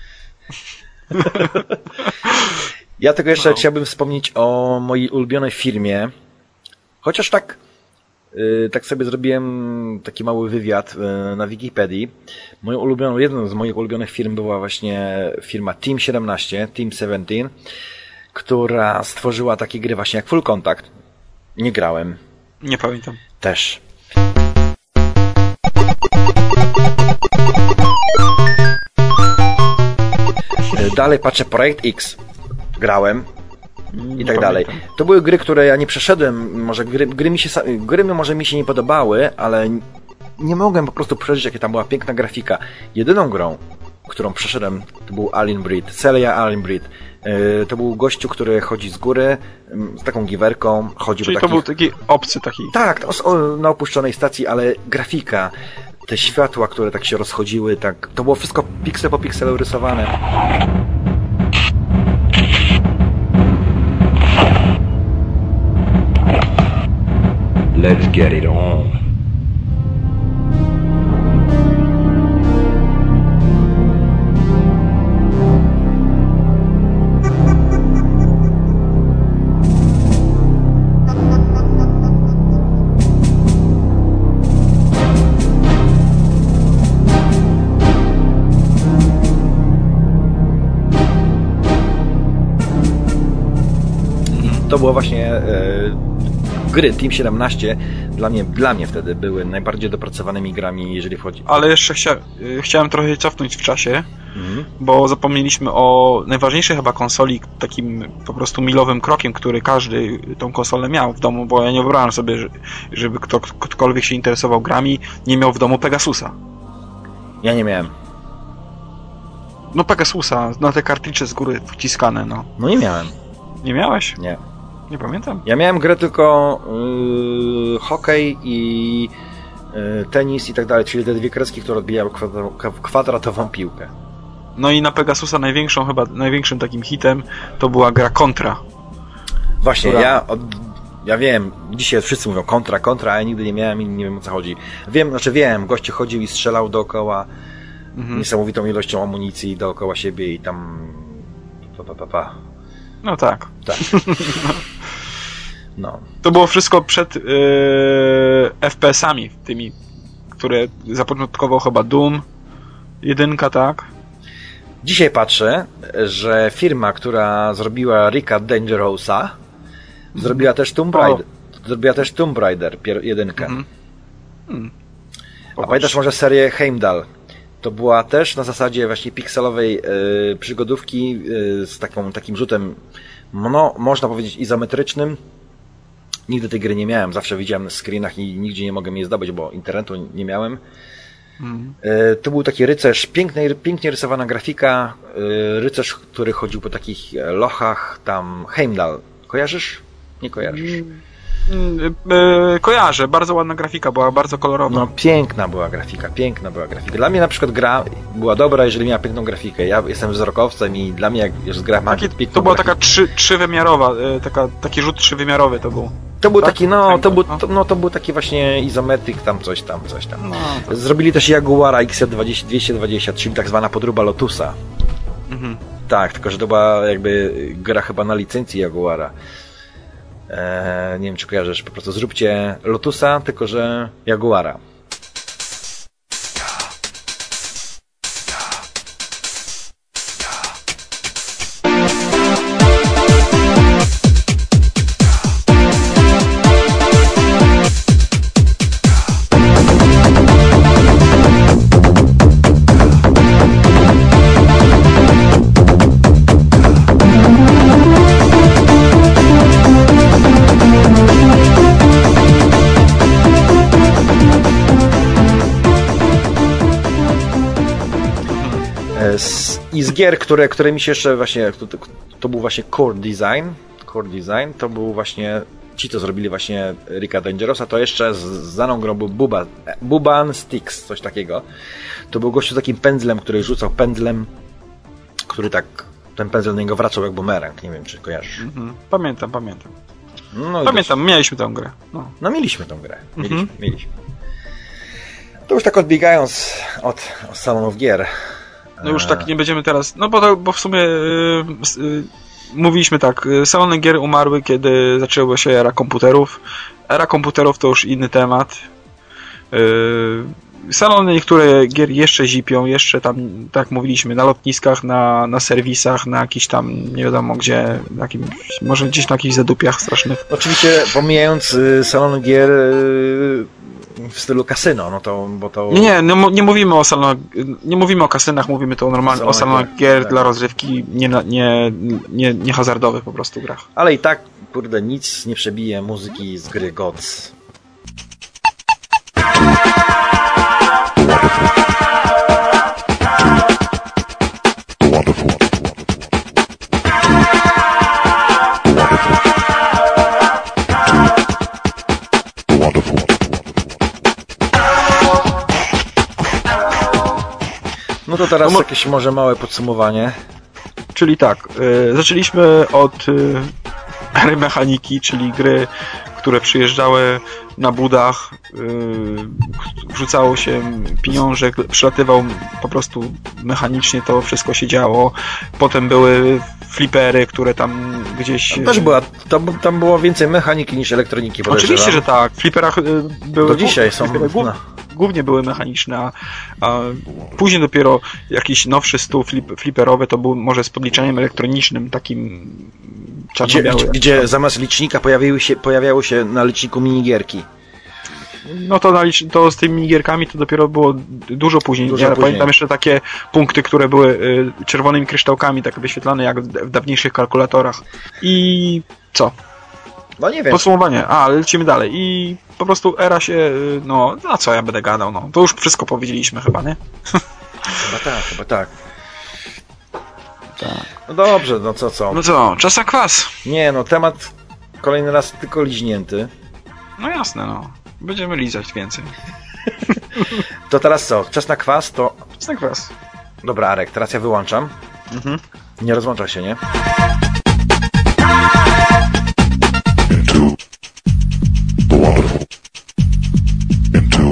Ja tylko jeszcze no. chciałbym wspomnieć o mojej ulubionej firmie. Chociaż tak yy, tak sobie zrobiłem taki mały wywiad yy, na Wikipedii. Moją ulubioną, jedną z moich ulubionych firm była właśnie firma Team siedemnaście, Team siedemnaście, która stworzyła takie gry właśnie jak Full Contact. Nie grałem. Nie pamiętam. Też. Dalej patrzę, Projekt X. Grałem. I tak dalej. To były gry, które ja nie przeszedłem. Może gry, gry, mi się, gry może mi się nie podobały, ale nie mogłem po prostu przeżyć, jakie tam była piękna grafika. Jedyną grą, którą przeszedłem, to był Alien Breed. Celia Alien Breed. To był gościu, który chodzi z góry z taką giwerką. Chodzi Czyli do to takich... był taki obcy taki. Tak, na opuszczonej stacji, ale grafika, te światła, które tak się rozchodziły, tak, to było wszystko piksel po pikselu rysowane. Let's get it on. To było właśnie e, gry Team siedemnaście dla mnie, dla mnie wtedy były najbardziej dopracowanymi grami, jeżeli chodzi o... Ale jeszcze chcia, chciałem trochę cofnąć w czasie, Mhm. bo zapomnieliśmy o najważniejszej chyba konsoli, takim po prostu milowym krokiem, który każdy tą konsolę miał w domu, bo ja nie wyobrażam sobie, że- żeby kto, ktokolwiek się interesował grami, nie miał w domu Pegasusa. Ja nie miałem. No Pegasusa, na te kartridże z góry wciskane, no. No nie miałem. Nie miałeś? Nie. Nie pamiętam. Ja miałem grę tylko yy, hokej i yy, tenis i tak dalej, czyli te dwie kreski, które odbijały kwadra- kwadratową piłkę. No i na Pegasusa największą chyba, największym takim hitem to była gra Contra. Właśnie, Która- ja od, ja wiem, dzisiaj wszyscy mówią kontra, kontra, a ja nigdy nie miałem i nie wiem, o co chodzi. Wiem, znaczy wiem, goście chodził i strzelał dookoła Mhm. niesamowitą ilością amunicji dookoła siebie i tam pa, pa, pa, pa. No tak. Tak. No. To było wszystko przed yy, F P S-ami tymi, które zapoczątkował chyba Doom, jedynka, tak? Dzisiaj patrzę, że firma, która zrobiła Ricka Dangerousa, zrobiła też Tomb Raider. Zrobiła też Tomb Raider, pier- jedynkę. Mhm. Hmm. A pamiętasz może serię Heimdall? To była też na zasadzie właśnie pikselowej y, przygodówki y, z taką, takim rzutem, no, można powiedzieć izometrycznym. Nigdy tej gry nie miałem, zawsze widziałem na screenach i nigdzie nie mogłem jej zdobyć, bo internetu nie miałem. Mhm. Y, to był taki rycerz, piękny, pięknie rysowana grafika, y, rycerz, który chodził po takich lochach, tam Heimdall. Kojarzysz? Nie kojarzysz. Mm, e, kojarzę, bardzo ładna grafika, była bardzo kolorowa. No piękna była grafika, piękna była grafika. Dla mnie na przykład gra była dobra, jeżeli miała piękną grafikę. Ja jestem wzrokowcem i dla mnie jak już gra ma Taki, piękną to była grafikę. taka trzy, trzywymiarowa, e, taka, taki rzut trzywymiarowy to był. To był tak? taki, no to, był, No. to, no to był taki właśnie izometryk, tam coś tam, coś tam. No, to, Zrobili też Jaguara X J dwieście dwadzieścia, czyli tak zwana podróba Lotusa. mhm. Tak, tylko że to była jakby gra chyba na licencji Jaguara. Eee, nie wiem, czy kojarzysz, po prostu zróbcie Lotusa, tylko że Jaguara. Z, I z gier, które, które mi się jeszcze właśnie, to, to, to był właśnie Core Design, Core Design, to był właśnie, ci to zrobili właśnie Ricka Dangerousa, to jeszcze z znaną grą był Buba, Buban Sticks, coś takiego. To był gościu z takim pędzlem, który rzucał pędzlem, który tak, ten pędzel na niego wracał jak bumerang, nie wiem czy kojarzysz. Mhm. Pamiętam, pamiętam. No, i Pamiętam, mieliśmy tę grę. No. no mieliśmy tą grę, mieliśmy, Mhm. mieliśmy. To już tak odbiegając od, od salonów gier. No już tak nie będziemy teraz, no bo, to, bo w sumie yy, yy, mówiliśmy tak, yy, salony gier umarły, kiedy zaczęła się era komputerów. Era komputerów to już inny temat. Yy, salony niektóre gier jeszcze zipią, jeszcze tam, tak jak mówiliśmy, na lotniskach, na, na serwisach, na jakichś tam, nie wiadomo gdzie, na jakimś, może gdzieś na jakichś zadupiach strasznych. Oczywiście pomijając y, salon gier y, w stylu kasyno, no to, bo to... Nie, nie, nie, mu- nie mówimy o salonach, nie mówimy o kasynach, mówimy to normalnie o Salonach salonach gier, gier tak. dla rozrywki, nie, na- nie, nie, nie hazardowych po prostu grach. Ale i tak, kurde, nic nie przebije muzyki z gry Gods. No to teraz no, mo- jakieś może małe podsumowanie. Czyli tak, y, zaczęliśmy od y, ery mechaniki, czyli gry, które przyjeżdżały na budach, y, wrzucało się pieniążek, przylatywał po prostu mechanicznie, to wszystko się działo. Potem były flipery, które tam gdzieś... Też była, tam, tam było więcej mechaniki niż elektroniki, podejrzewam. Oczywiście, że tak. W fliperach y, były... Do dzisiaj są... Głów, no. Głównie były mechaniczne, a, a później dopiero jakiś nowszy stół flip, fliperowy to był może z podliczaniem elektronicznym, takim czarno-białym. Gdzie, gdzie zamiast licznika pojawiły się, pojawiały się na liczniku minigierki. No to, na licz, to z tymi minigierkami to dopiero było dużo później. Dużo ja później. Pamiętam jeszcze takie punkty, które były y, czerwonymi kryształkami, tak wyświetlane jak w, w dawniejszych kalkulatorach. I co? No nie wiem. Podsumowanie. A, lecimy dalej. I po prostu era się, y, no, na co ja będę gadał, no. To już wszystko powiedzieliśmy chyba, nie? Chyba tak, chyba tak. Tak. No dobrze, no co, co? No co, czas na kwas. Nie, no temat kolejny raz tylko liźnięty. No jasne, no. Będziemy lizać więcej. To teraz co? Czas na kwas, to... Czas na kwas. Dobra, Arek, teraz ja wyłączam. Mhm. Nie rozłącza się, nie? Into the wonderful. Into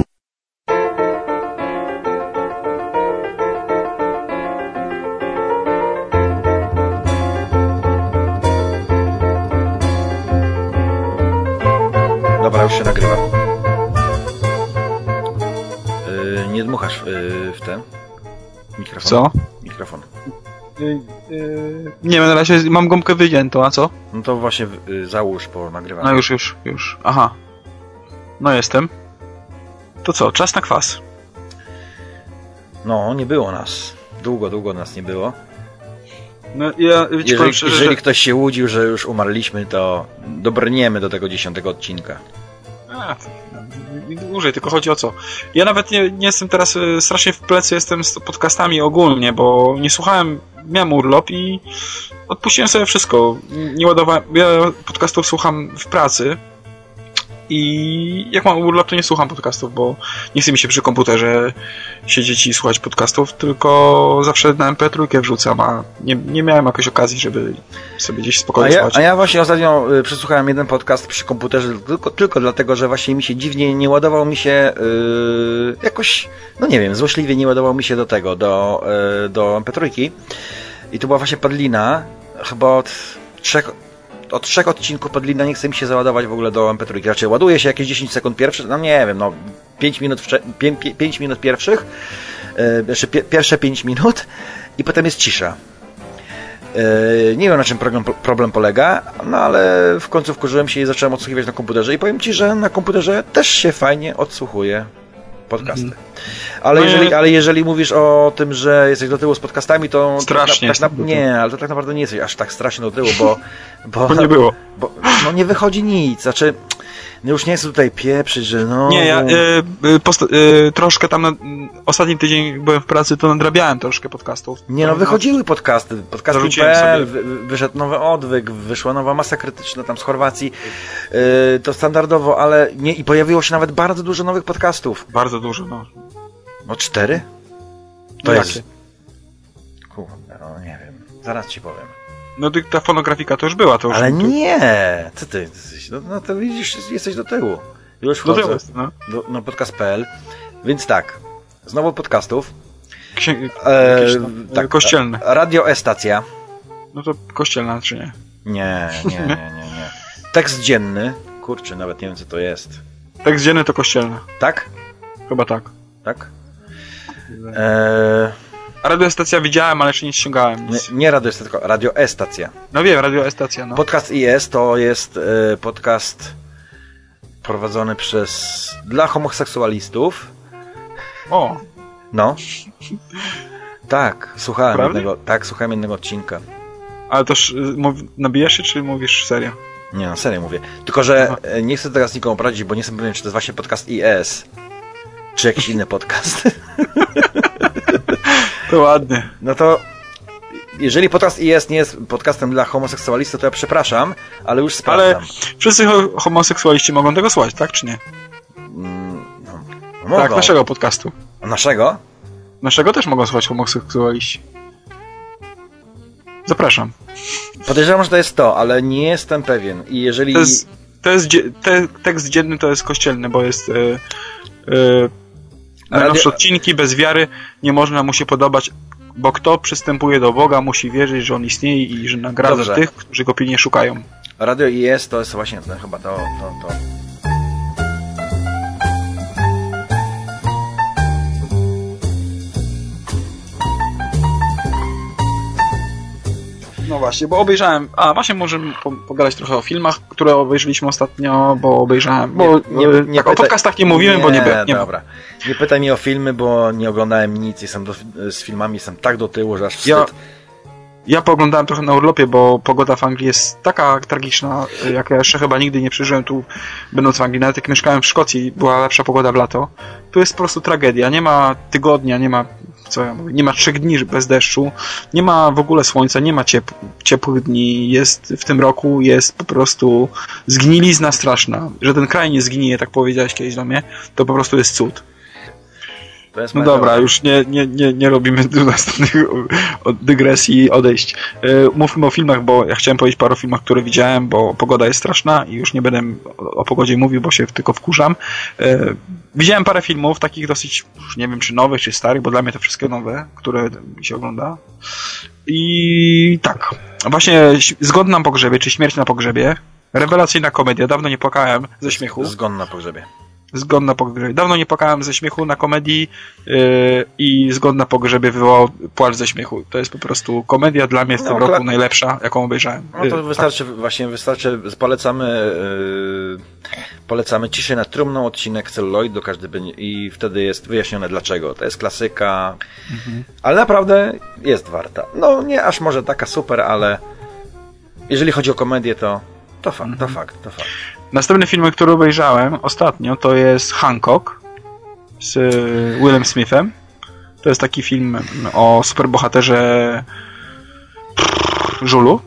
Dobra, już się nagrywa. Yy, nie dmuchasz yy, w ten mikrofon. Co? Mikrofon. Yy, yy, nie wiem, na razie mam gąbkę wyjętą, a co? No to właśnie yy, załóż po nagrywaniu. No już, już, już. Aha. No jestem. To co, czas na kwas. No, nie było nas. Długo, długo nas nie było. No ja, wiecie, Jeżeli, szczerze, jeżeli że... ktoś się łudził, że już umarliśmy, to dobrniemy do tego dziesiątego odcinka. A, dłużej, tylko chodzi o co. Ja nawet nie, nie jestem teraz y, strasznie w plecy jestem z podcastami ogólnie, bo nie słuchałem, miałem urlop i odpuściłem sobie wszystko. Nie ładowałem, ja podcastów słucham w pracy i jak mam urlop, to nie słucham podcastów, bo nie chce mi się przy komputerze siedzieć i słuchać podcastów, tylko zawsze na em pe trzy wrzucam, a nie, nie miałem jakiejś okazji, żeby sobie gdzieś A spokojnie ja, słuchać. a ja właśnie ostatnio y, przesłuchałem jeden podcast przy komputerze tylko, tylko dlatego, że właśnie mi się dziwnie nie ładował mi się y, jakoś, no nie wiem, złośliwie nie ładował mi się do tego, do, y, do em pe trzy. I to była właśnie Padlina, chyba od trzech, od trzech odcinków Padlina nie chce mi się załadować w ogóle do em pe trzy. Raczej ładuje się jakieś dziesięć sekund pierwszych, no nie wiem, no pięć minut, pięć minut pierwszych, y, pie, pierwsze pięć minut i potem jest cisza. Nie wiem, na czym problem, problem polega, no ale w końcu wkurzyłem się i zacząłem odsłuchiwać na komputerze i powiem Ci, że na komputerze też się fajnie odsłuchuje podcasty. Ale, No jeżeli, ja- ale jeżeli mówisz o tym, że jesteś do tyłu z podcastami, to... Strasznie Tak, tak, jestem do na, nie, ale to tak naprawdę nie jesteś aż tak strasznie do tyłu, bo... Bo, To nie było. bo no nie wychodzi nic, znaczy... No już nie chcę tutaj pieprzyć, że no... Nie, ja no, y, y, post- y, troszkę tam na, y, ostatni tydzień jak byłem w pracy, to nadrabiałem troszkę podcastów. Nie no, wychodziły podcasty. Podcasty Zarzuciłem kropka pe el, sobie. wy, wyszedł nowy odwyk, wyszła nowa masa krytyczna tam z Chorwacji. Yy, to standardowo, ale nie, i pojawiło się nawet bardzo dużo nowych podcastów. Bardzo dużo, no. No cztery? To No jest... jakie? Kurde, no nie wiem. Zaraz ci powiem. No ty- ta fonografika to już była, to już... Ale to, nie! Co ty jesteś? No, no to widzisz, jesteś do tyłu. Już Do wchodzę tyłu jest, no. do, no podcast kropka pe el. Więc tak, znowu podcastów. Księ- E, jakieś tam, tak, kościelne. Radio E-stacja. No to kościelna, czy nie? Nie, nie, nie, nie, nie. Tekst dzienny. Kurczę, nawet nie wiem co to jest. Tekst dzienny to kościelna. Tak? Chyba tak. Tak? Eee, A radiostacja widziałem, ale jeszcze nie ściągałem. nie, Nic. nie radio jest tylko Radio E-stacja. No wiem, radioestacja, no. Podcast I S to jest e, podcast prowadzony przez dla homoseksualistów. O, No. Tak, słuchałem Prawda? jednego, tak, słuchałem jednego odcinka. ale to sz- mów, nabijasz się, czy mówisz serio? Nie no, serio mówię. Tylko, że Aha. e, nie chcę teraz nikomu poradzić, bo nie jestem pewien, czy to jest właśnie podcast I S, czy jakiś inny podcast. To ładnie. No to jeżeli podcast I S nie jest podcastem dla homoseksualistów, to ja przepraszam, ale już Ale sprawdzam. wszyscy ho- homoseksualiści mogą tego słuchać, tak, czy nie? Mm, no, mogą. Tak, naszego podcastu. Naszego? Naszego też mogą słuchać homoseksualiści. Zapraszam. Podejrzewam, że to jest to, ale nie jestem pewien. I jeżeli... To jest, to jest dzie- te, tekst dzienny to jest kościelny, bo jest... Yy, yy, najnowsze odcinki bez wiary nie można mu się podobać, bo kto przystępuje do Boga, musi wierzyć, że On istnieje i że nagradza Dobrze. tych, którzy Go pilnie szukają. Radio I S to jest właśnie ten, chyba to, to, to. No właśnie, bo obejrzałem... A, właśnie możemy po, pogadać trochę o filmach, które obejrzeliśmy ostatnio, bo obejrzałem... Bo Nie, nie, nie tak, pytaj... o podcastach nie mówimy, nie, bo nie było. Nie dobra. Nie pytaj mnie o filmy, bo nie oglądałem nic. Jestem do, z filmami jestem tak do tyłu, że aż wstyd. Ja... Ja pooglądałem trochę na urlopie, bo pogoda w Anglii jest taka tragiczna, jak ja jeszcze chyba nigdy nie przeżyłem tu, będąc w Anglii. Nawet jak mieszkałem w Szkocji, była lepsza pogoda w lato. Tu jest po prostu tragedia. Nie ma tygodnia, nie ma, co ja mówię, nie ma trzech dni bez deszczu, nie ma w ogóle słońca, nie ma ciep- ciepłych dni. Jest w tym roku, jest po prostu zgnilizna straszna. Że ten kraj nie zgnije, tak powiedziałeś kiedyś do mnie, to po prostu jest cud. No dobra, dobra, już nie, nie, nie, nie robimy tu następnych dygresji, odejść. Yy, mówmy o filmach, bo ja chciałem powiedzieć parę o filmach, które widziałem, bo pogoda jest straszna i już nie będę o, o pogodzie mówił, bo się tylko wkurzam. Yy, widziałem parę filmów, takich dosyć, już nie wiem czy nowych, czy starych, bo dla mnie to wszystkie nowe, które mi się ogląda. I tak, właśnie Zgon na pogrzebie, czy Śmierć na pogrzebie. Rewelacyjna komedia, dawno nie płakałem ze śmiechu. Zgon na pogrzebie. Zgon na pogrzebie. Dawno nie płakałem ze śmiechu na komedii yy, i Zgon na pogrzebie wywołał płacz ze śmiechu. To jest po prostu komedia dla mnie w tym no, roku kla... najlepsza, jaką obejrzałem. No to wystarczy, tak. właśnie wystarczy, polecamy yy, polecamy Ciszę nad trumną, odcinek celuloidu, każdy będzie, i wtedy jest wyjaśnione dlaczego. To jest klasyka, mhm. ale naprawdę jest warta. No nie aż może taka super, ale jeżeli chodzi o komedię, to to fakt, mhm. to fakt, to fakt. Następny film, który obejrzałem ostatnio, to jest Hancock z Willem Smithem. To jest taki film o superbohaterze żulu.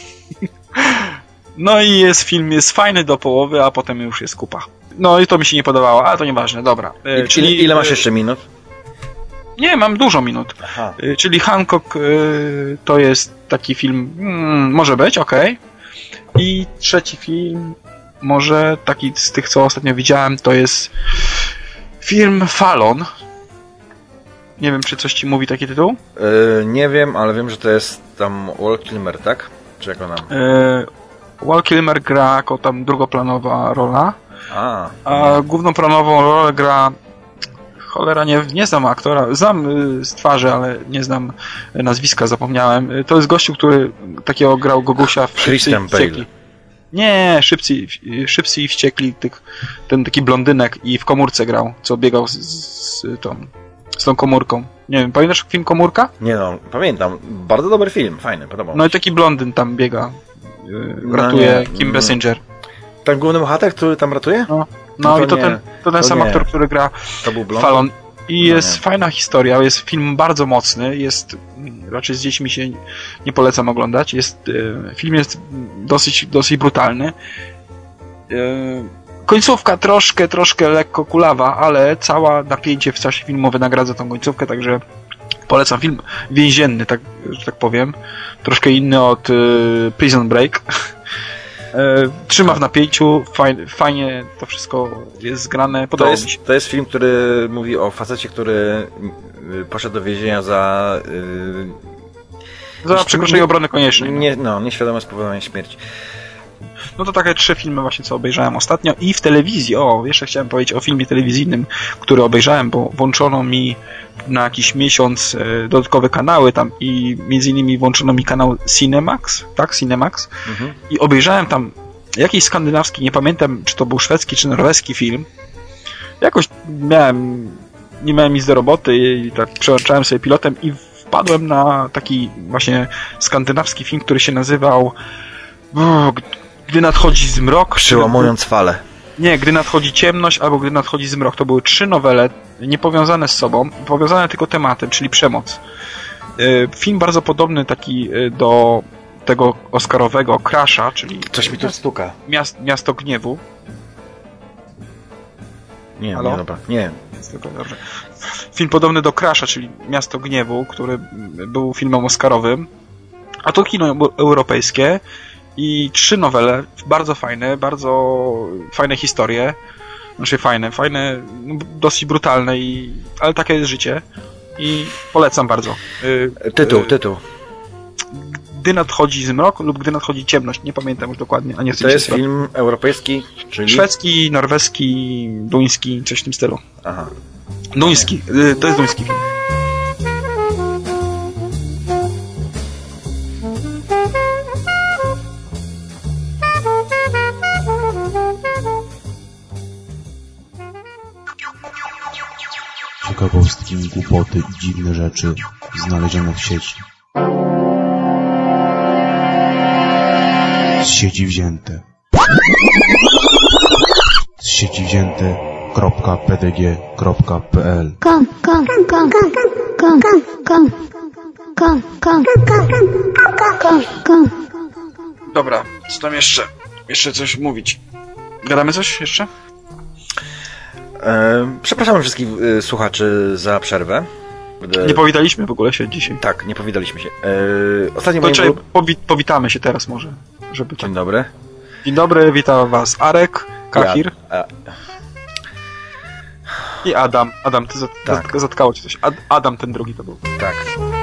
No i jest film, jest fajny do połowy, a potem już jest kupa. No i to mi się nie podobało, ale to nieważne, dobra. I, Czyli ile masz jeszcze minut? Nie, mam dużo minut. Aha. Czyli Hancock to jest taki film, hmm, może być, okej. Okay. I trzeci film, może taki z tych, co ostatnio widziałem, to jest film Fallon. Nie wiem, czy coś ci mówi taki tytuł? Yy, nie wiem, ale wiem, że to jest tam Val Kilmer, tak? Czy jak ona? Yy, Val Kilmer gra jako tam drugoplanowa rola, a, a główną planową rolę gra... Cholera, nie, nie znam aktora, znam y, z twarzy, ale nie znam nazwiska, zapomniałem. Y, to jest gościu, który takiego grał Gogusia w Szybcy i Wściekli. Nie, Szybcy, Szybcy i Wściekli, tych, ten taki blondynek i w komórce grał, co biegał z, z, tą, z tą komórką. Nie wiem, pamiętasz film Komórka? Nie no, pamiętam. Bardzo dobry film, fajny, podobał. No i taki blondyn tam biega, y, ratuje no Kim Basinger. Ten główny bohater, który tam ratuje? No, no to i to nie, ten, to ten to sam nie. aktor, który gra Fallon. I no jest nie. fajna historia, jest film bardzo mocny, jest, raczej z dziećmi się nie polecam oglądać, jest, film jest dosyć, dosyć brutalny. Końcówka troszkę, troszkę lekko kulawa, ale cała napięcie w czasie filmu wynagradza tą końcówkę, także polecam film więzienny, tak, że tak powiem. Troszkę inny od Prison Break. Trzyma w napięciu, fajnie, fajnie to wszystko jest zgrane, podoba to jest, mi się. To jest film, który mówi o facecie, który poszedł do więzienia za... Yy, za przekroczenie obrony koniecznej. Nie, no, nieświadome spowodowanie śmierci. No to takie trzy filmy właśnie, co obejrzałem ostatnio. I w telewizji, o, jeszcze chciałem powiedzieć o filmie telewizyjnym, który obejrzałem, bo włączono mi na jakiś miesiąc e, dodatkowe kanały tam i między innymi włączono mi kanał Cinemax, tak, Cinemax. Mhm. I obejrzałem tam jakiś skandynawski, nie pamiętam, czy to był szwedzki, czy norweski film. Jakoś miałem, nie miałem nic do roboty i tak przełączałem sobie pilotem i wpadłem na taki właśnie skandynawski film, który się nazywał o, Gdy nadchodzi zmrok. Przełamując falę. Nie, Gdy nadchodzi ciemność albo Gdy nadchodzi zmrok. To były trzy nowele, niepowiązane z sobą, powiązane tylko tematem, czyli przemoc. Film bardzo podobny taki do tego oscarowego Crasha, czyli... Coś mi tu stuka. Miast, Miasto Gniewu. Nie, Halo? nie, dobra. Nie. Jest tylko dobrze. Film podobny do Crasha, czyli Miasto Gniewu, który był filmem oscarowym. A to kino europejskie i trzy nowele, bardzo fajne, bardzo fajne historie. Znaczy fajne, fajne, no, dosyć brutalne, i, ale takie jest życie. I polecam bardzo. Y, Tytuł, y, tytuł. Gdy nadchodzi zmrok lub Gdy nadchodzi ciemność, nie pamiętam już dokładnie. A nie To jest film europejski, czyli... Szwedzki, norweski, duński, coś w tym stylu. Aha. Duński, y, to jest duński film. Ciekawostki, głupoty i dziwne rzeczy znalezione w sieci. Z sieci wzięte. Z sieci wzięte kropka p d g kropka p l. Kom, kom, kom, kom, kom, kom, kom, kom, kom, kom. Dobra, co tam jeszcze? Jeszcze coś mówić. Gadamy coś jeszcze? E, przepraszamy wszystkich e, słuchaczy za przerwę. E, Nie powitaliśmy w ogóle się dzisiaj. Tak, nie powitaliśmy się. E, ostatnio To moim... czekaj, powi- powitamy się teraz może. Żeby tak. Dzień dobry. Dzień dobry, witam was Arek, Kahir Ja, a, i Adam. Adam, ty zat- Tak. zat- zatkało cię coś. Ad- Adam ten drugi to był. tak.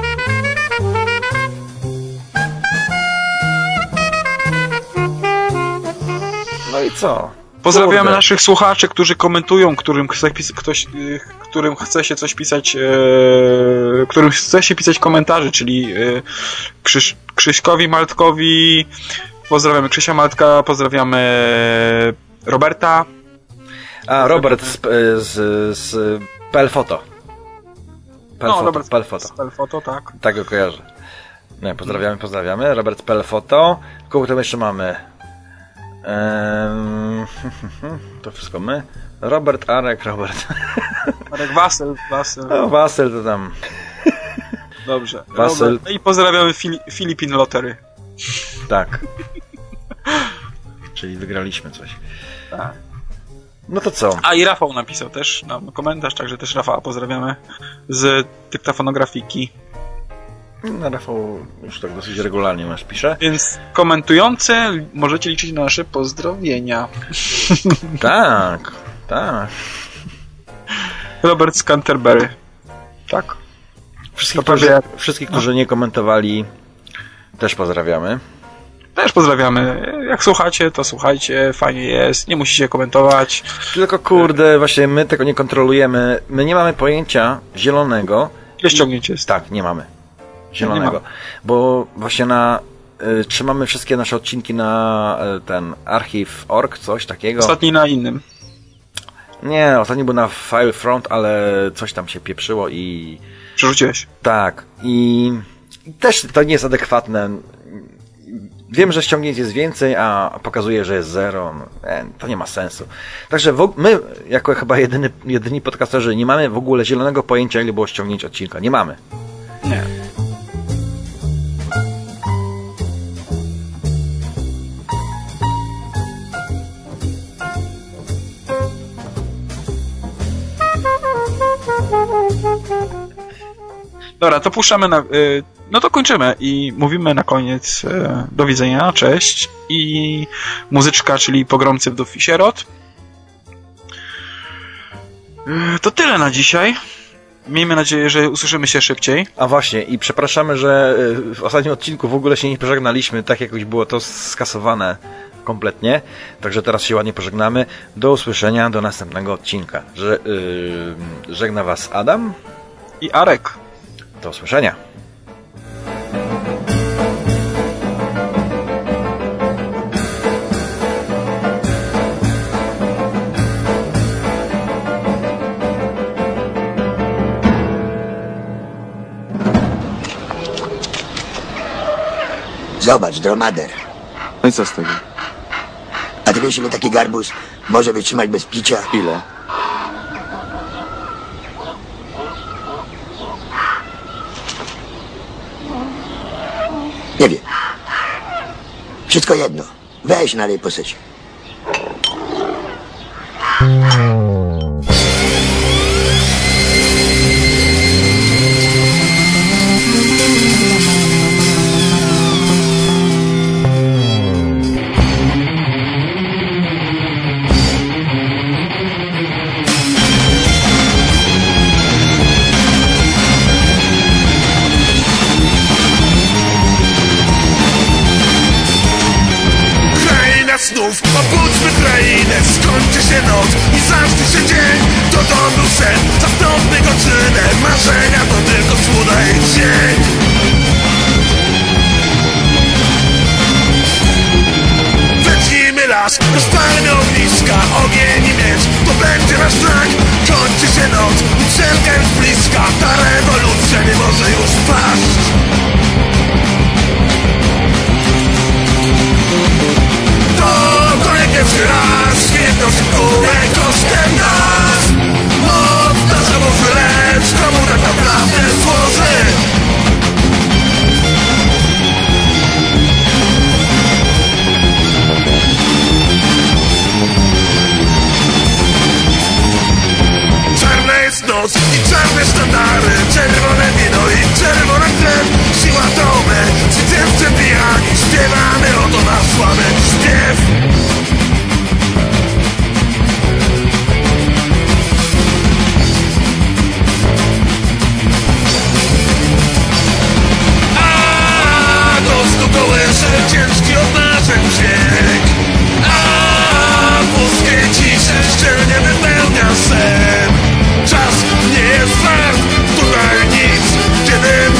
No i co? Pozdrawiamy Kurde. naszych słuchaczy, którzy komentują, którym chce, pis- ktoś, y, którym chce się coś pisać, e, którym chce się pisać komentarzy, czyli e, Krzyś, Krzyśkowi Maltkowi, pozdrawiamy Krzysia Maltka, pozdrawiamy Roberta. A, Robert z, z, z Pelfoto. Pelfoto, Robert Pelfoto. z Pelfoto, tak. Tak go kojarzę. Nie, pozdrawiamy, pozdrawiamy. Robert z Pelfoto. Kogo tam jeszcze mamy? Ehm, to wszystko my. Robert, Arek, Robert. Marek Wasel, Wasel. No, Wasel to tam. Dobrze. Wasel. Robert. No i pozdrawiamy Fili- Philippine Lottery. Tak. Czyli wygraliśmy coś. Tak. No to co? A i Rafał napisał też nam komentarz, także też Rafała pozdrawiamy z dyktafonografiki. No, Rafał już tak dosyć regularnie nas pisze. Więc komentujący możecie liczyć na nasze pozdrowienia. Tak, tak. Robert z Canterbury. Tak. Wszystkich, To którzy, prawie- wszystkich, którzy nie komentowali, też pozdrawiamy. Też pozdrawiamy. Jak słuchacie, to słuchajcie. Fajnie jest. Nie musicie komentować. Tylko kurde, właśnie my tego nie kontrolujemy. My nie mamy pojęcia zielonego. Ile ściągnięcie jest? Tak, nie mamy. Zielonego. Nie Bo właśnie na... Y, trzymamy wszystkie nasze odcinki na y, ten archiv kropka org, coś takiego. Ostatni na innym. Nie, ostatni był na Filefront, ale coś tam się pieprzyło i... Przerzuciłeś. Tak. I też to nie jest adekwatne. Wiem, że ściągnięć jest więcej, a pokazuje, że jest zero. No, e, to nie ma sensu. Także w, my, jako chyba jedyny, jedyni podcasterzy, nie mamy w ogóle zielonego pojęcia, ile było ściągnięć odcinka. Nie mamy. Nie. Dobra, to puszczamy na... Y, no to kończymy i mówimy na koniec y, do widzenia, cześć i muzyczka, czyli Pogromcy Wdów i Sierot. Y, to tyle na dzisiaj. Miejmy nadzieję, że usłyszymy się szybciej. A właśnie, i przepraszamy, że y, w ostatnim odcinku w ogóle się nie pożegnaliśmy, tak jakoś było to skasowane kompletnie. Także teraz się ładnie pożegnamy. Do usłyszenia, do następnego odcinka. Że, y, żegna Was Adam. I Arek. Do usłyszenia. Zobacz, dromader. No i co z tego? A ty wiesz, ile taki garbus może wytrzymać bez picia? Ile? Nie wiem. Wszystko jedno. Weź nalej po secie. znów obudźmy krainę, skończy się noc i zacznie się dzień. To domu sen, zastąpmy godzinę, marzenia to tylko słona i cień. Wlecimy las, rozpalmy ogniska, ogień i miecz, to będzie nasz znak. Kończy się noc, uczelka już bliska, ta rewolucja nie może już paść. To, to nie pierwszy raz, jedno z kółek kosztem nas. Moc nasza może lecz, komu tak naprawdę służy? Czarna jest noc i czarne sztandary, czerwone wino i czerwona krew. Siła to my, zwycięzcy pijani, śpiewamy oto nasz sławny śpiew. A do stu kołysze ciężki od naszych dźwięk. A włoskiej ciszy szczelnie wypełnia sen. Czas nie jest wart, tutaj nic, kiedy